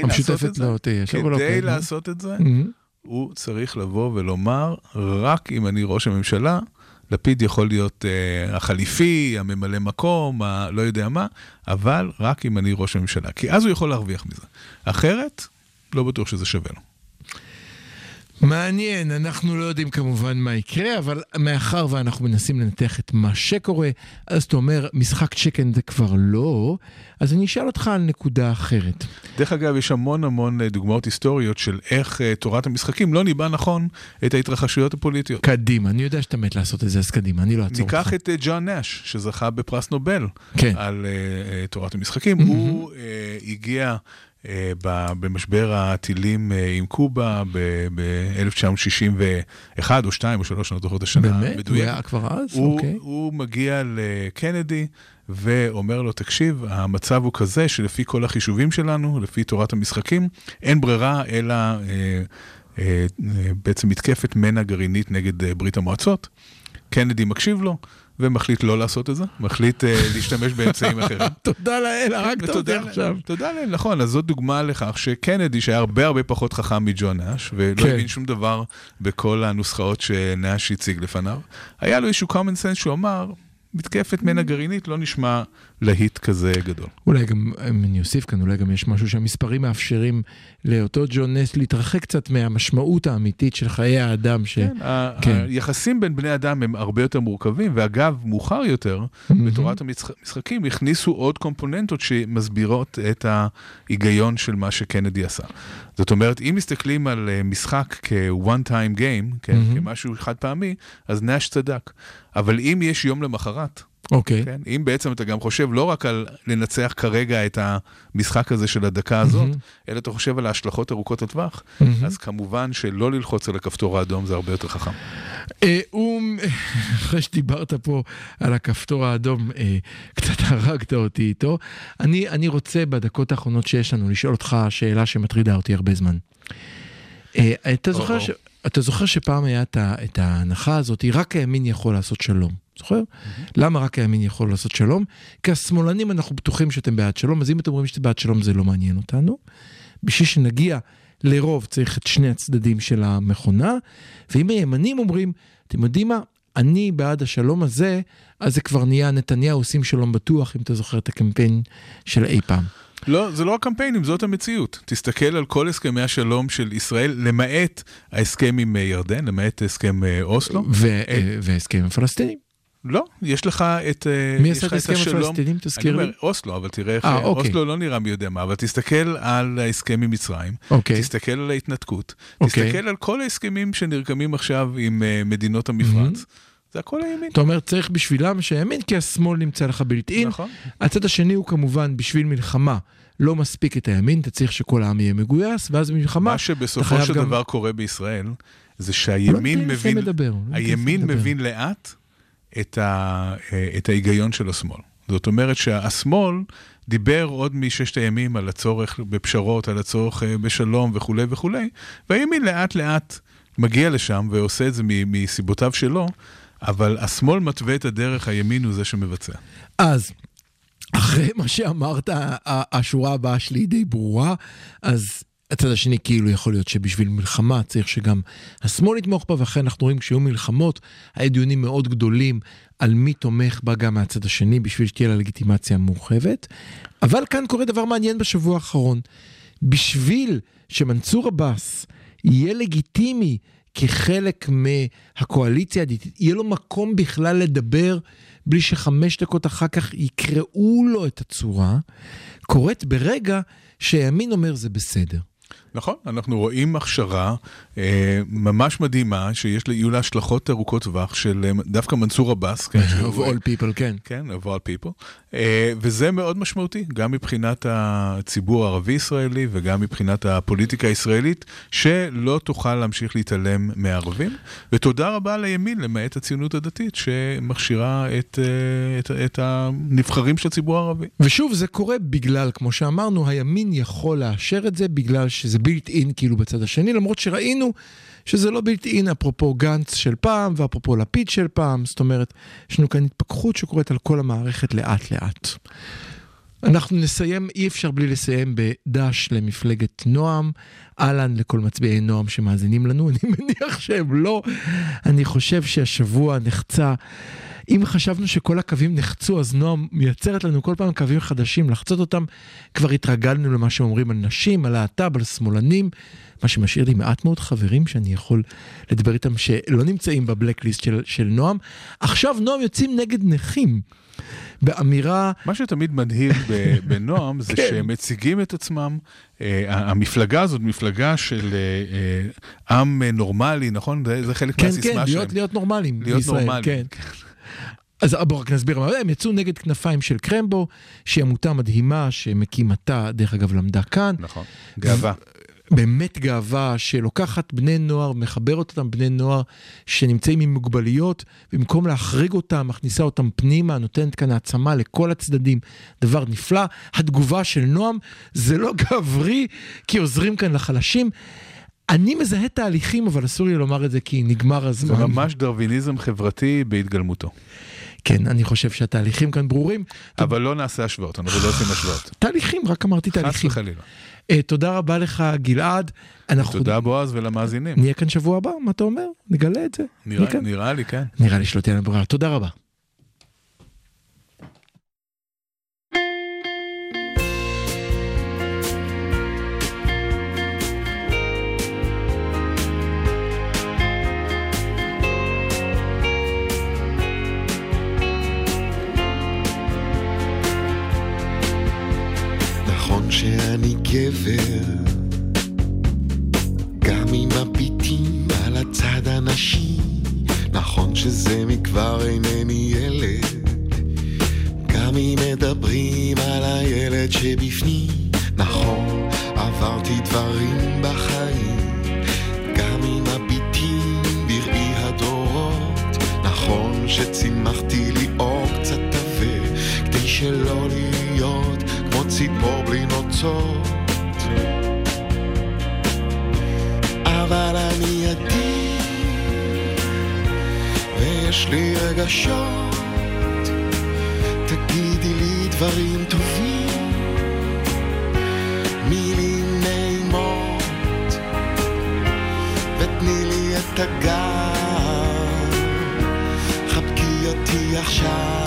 לעשות את זה, הוא צריך לבוא ולומר, רק אם אני ראש הממשלה, לפיד יכול להיות החליפי, הממלא מקום, לא יודע מה, אבל רק אם אני ראש הממשלה. כי אז הוא יכול להרוויח מזה. אחרת, לא בטוח שזה שווה לו. מעניין, אנחנו לא יודעים כמובן מה יקרה, אבל מאחר ואנחנו מנסים לנתח את מה שקורה, אז אתה אומר, משחק צ'יקן זה כבר לא, אז אני אשאל אותך על נקודה אחרת. דרך אגב, יש המון דוגמאות היסטוריות של איך תורת המשחקים לא ניבא נכון את ההתרחשויות הפוליטיות. קדימה, אני יודע שאתה מת לעשות את זה, אז קדימה, אני לא אעצור אותך. ניקח את ג'ון נש, שזכה בפרס נובל על תורת המשחקים. הוא הגיע במשבר הטילים עם קובה ב-1961 או 2 או 3, אני זוכר את השנה. באמת? הוא היה כבר אז? הוא מגיע לקנדי ואומר לו, תקשיב, המצב הוא כזה שלפי כל החישובים שלנו, לפי תורת המשחקים, אין ברירה אלא בעצם מתקפת מנע גרעינית נגד ברית המועצות. קנדי מקשיב לו, ומחליט לא לעשות את זה, מחליט להשתמש באמצעים אחרים. תודה לאל, הרגת אותי עכשיו. תודה לאל, נכון, אז זאת דוגמה לכך שקנדי, שהיה הרבה פחות חכם מג'ון נש, ולא הבין שום דבר בכל הנוסחאות שנש הציג לפניו, היה לו איזשהו common sense שהוא אמר, מתקפת מנע גרעינית לא נשמע להיט כזה גדול. אולי גם, אני אוסיף כאן, אולי גם יש משהו שהמספרים מאפשרים לאותו ג'ון נס להתרחק קצת מהמשמעות האמיתית של חיי האדם. כן, היחסים בין בני אדם הם הרבה יותר מורכבים, ואגב, מאוחר יותר, בתורת המשחקים, הכניסו עוד קומפוננטות שמסבירות את ההיגיון של מה שקנדי עשה. זאת אומרת, אם מסתכלים על משחק כ-one time game, כמשהו חד פעמי, אז נש צדק. אבל אם יש יום למחרת, כן? אם בעצם אתה גם חושב לא רק על לנצח כרגע את המשחק הזה של הדקה הזאת, אלא אתה חושב על ההשלכות ארוכות הטווח, אז כמובן שלא ללחוץ על הכפתור האדום זה הרבה יותר חכם. אחרי שדיברת פה על הכפתור האדום, קצת הרגת אותי איתו. אני רוצה בדקות האחרונות שיש לנו לשאול אותך שאלה שמטרידה אותי הרבה זמן. אתה זוכר שפעם היה את ההנחה הזאת, רק הימין יכול לעשות שלום. זוכר? למה רק הימין יכול לעשות שלום? כי השמאלנים אנחנו בטוחים שאתם בעד שלום, אז אם אתם אומרים שאתם בעד שלום זה לא מעניין אותנו. בשביל שנגיע לרוב צריך את שני הצדדים של המכונה, ואם הימנים אומרים, אתם יודעים מה? אני בעד השלום הזה, אז זה כבר נהיה נתניהו עושים שלום בטוח, אם אתה זוכר את הקמפיין של אי פעם. לא, זה לא הקמפיינים, זאת המציאות. תסתכל על כל הסכמי השלום של ישראל, למעט ההסכם עם ירדן, למעט הסכם אוסלו. והסכם עם פלסטינים. לא, יש לך את מי עשה את הסכם הפלסטינים? תזכיר לי. אני אומר, אוסלו, אבל תראה איך, אוסלו לא נראה מי יודע מה, אבל תסתכל על ההסכם עם מצרים, תסתכל על ההתנתקות, תסתכל על כל ההסכמים שנרקמים עכשיו עם מדינות המפרץ, זה הכל הימין. אתה אומר, צריך בשבילם שהימין, כי השמאל נמצא לך בלתי-אין. נכון. הצד השני הוא כמובן, בשביל מלחמה, לא מספיק את הימין, אתה צריך שכל העם יהיה מגויס, ואז במלחמה... מה שבסופו של דבר קורה בישראל, זה שהימין מבין לאט את ההיגיון של השמאל. זאת אומרת שהשמאל דיבר עוד מששת הימים על הצורך בפשרות, על הצורך בשלום וכו' וכו', והימין לאט לאט מגיע לשם ועושה את זה מסיבותיו שלו, אבל השמאל מתווה את הדרך, הימין הוא זה שמבצע. אז, אחרי מה שאמרת, השורה הבאה שלי די ברורה, אז הצד השני כאילו יכול להיות שבשביל מלחמה צריך שגם השמאל יתמוך בה, ואחרי אנחנו רואים כשיהיו מלחמות, היה דיונים מאוד גדולים על מי תומך בה גם מהצד השני, בשביל שתהיה לה לגיטימציה מורחבת. אבל כאן קורה דבר מעניין בשבוע האחרון. בשביל שמנסור עבאס יהיה לגיטימי כחלק מהקואליציה, יהיה לו מקום בכלל לדבר, בלי ש5 דקות אחר כך יקראו לו את הצורה, קורית ברגע שהימין אומר זה בסדר. נכון, אנחנו רואים הכשרה ממש מדהימה, יהיו לה השלכות ארוכות טווח של דווקא מנסור עבאס. of all people, כן. כן, of all people. וזה מאוד משמעותי, גם מבחינת הציבור הערבי-ישראלי, וגם מבחינת הפוליטיקה הישראלית, שלא תוכל להמשיך להתעלם מהערבים. ותודה רבה לימין, למעט הציונות הדתית, שמכשירה את הנבחרים של הציבור הערבי. ושוב, זה קורה בגלל, כמו שאמרנו, הימין יכול לאשר את זה, בגלל שזה בילט אין כאילו בצד השני, למרות שראינו שזה לא בילט אין, אפרופו גנץ של פעם, ואפרופו לפיד של פעם, זאת אומרת, יש לנו כאן התפכחות שקורית על כל המערכת לאט לאט. אנחנו נסיים, אי אפשר בלי לסיים בדש למפלגת נועם, אהלן לכל מצביעי נועם שמאזינים לנו, אני מניח שהם לא, אני חושב שהשבוע נחצה, אם חשבנו שכל הקווים נחצו, אז נועם מייצרת לנו כל פעם קווים חדשים, לחצות אותם, כבר התרגלנו למה שאומרים על נשים, על להט"ב, על שמאלנים, מה שמשאיר לי מעט מאוד חברים שאני יכול לדבר איתם שלא נמצאים בבלקליסט של נועם. עכשיו נועם יוצאים נגד נכים, באמירה... מה שתמיד מדהים בנועם זה שהם מציגים את עצמם, המפלגה הזאת, מפלגה של עם נורמלי, נכון? זה חלק מהסיסמה שלהם. כן, להיות נורמליים בישראל, כן. אז בואו רק נסביר, הם יצאו נגד כנפיים של קרמבו, שהיא עמותה מדהימה, שמקימתה, דרך אגב למדה כאן. נכון, גאווה. באמת גאווה שלוקחת בני נוער, מחברת אותם בני נוער שנמצאים עם מוגבליות, במקום להחריג אותם, מכניסה אותם פנימה, נותנת כאן העצמה לכל הצדדים, דבר נפלא. התגובה של נועם זה לא גברי, כי עוזרים כאן לחלשים. אני מזהה תהליכים, אבל אסור לי לומר את זה כי נגמר הזמן. זה ממש דרוויניזם חברתי בהתגלמותו. כן, אני חושב שהתהליכים כאן ברורים. אבל לא נעשה השוואות, אנחנו לא עושים השוואות. תהליכים, רק אמרתי תהליכים. חס וחלילה. תודה רבה לך גלעד. תודה בועז ולמאזינים. נהיה כאן שבוע הבא, מה אתה אומר? נגלה את זה. נראה לי, כן. נראה לי שלא תהיה לנו ברירה. תודה רבה. אני גבר, גם אם מביטים על הצד הנשי, נכון שזה מכבר אינני ילד, גם אם מדברים על הילד שבפנים, נכון, עברתי דברים בחיים, גם אם מביטים בראי הדורות, נכון שצימחתי לי אור קצת תווה, כדי שלא להיות כמו ציפור בלי נוצות, אבל אני עדין ויש לי רגשות, תגידי לי דברים טובים, מילים נעימות, ותני לי את הגב, חבקי אותי עכשיו.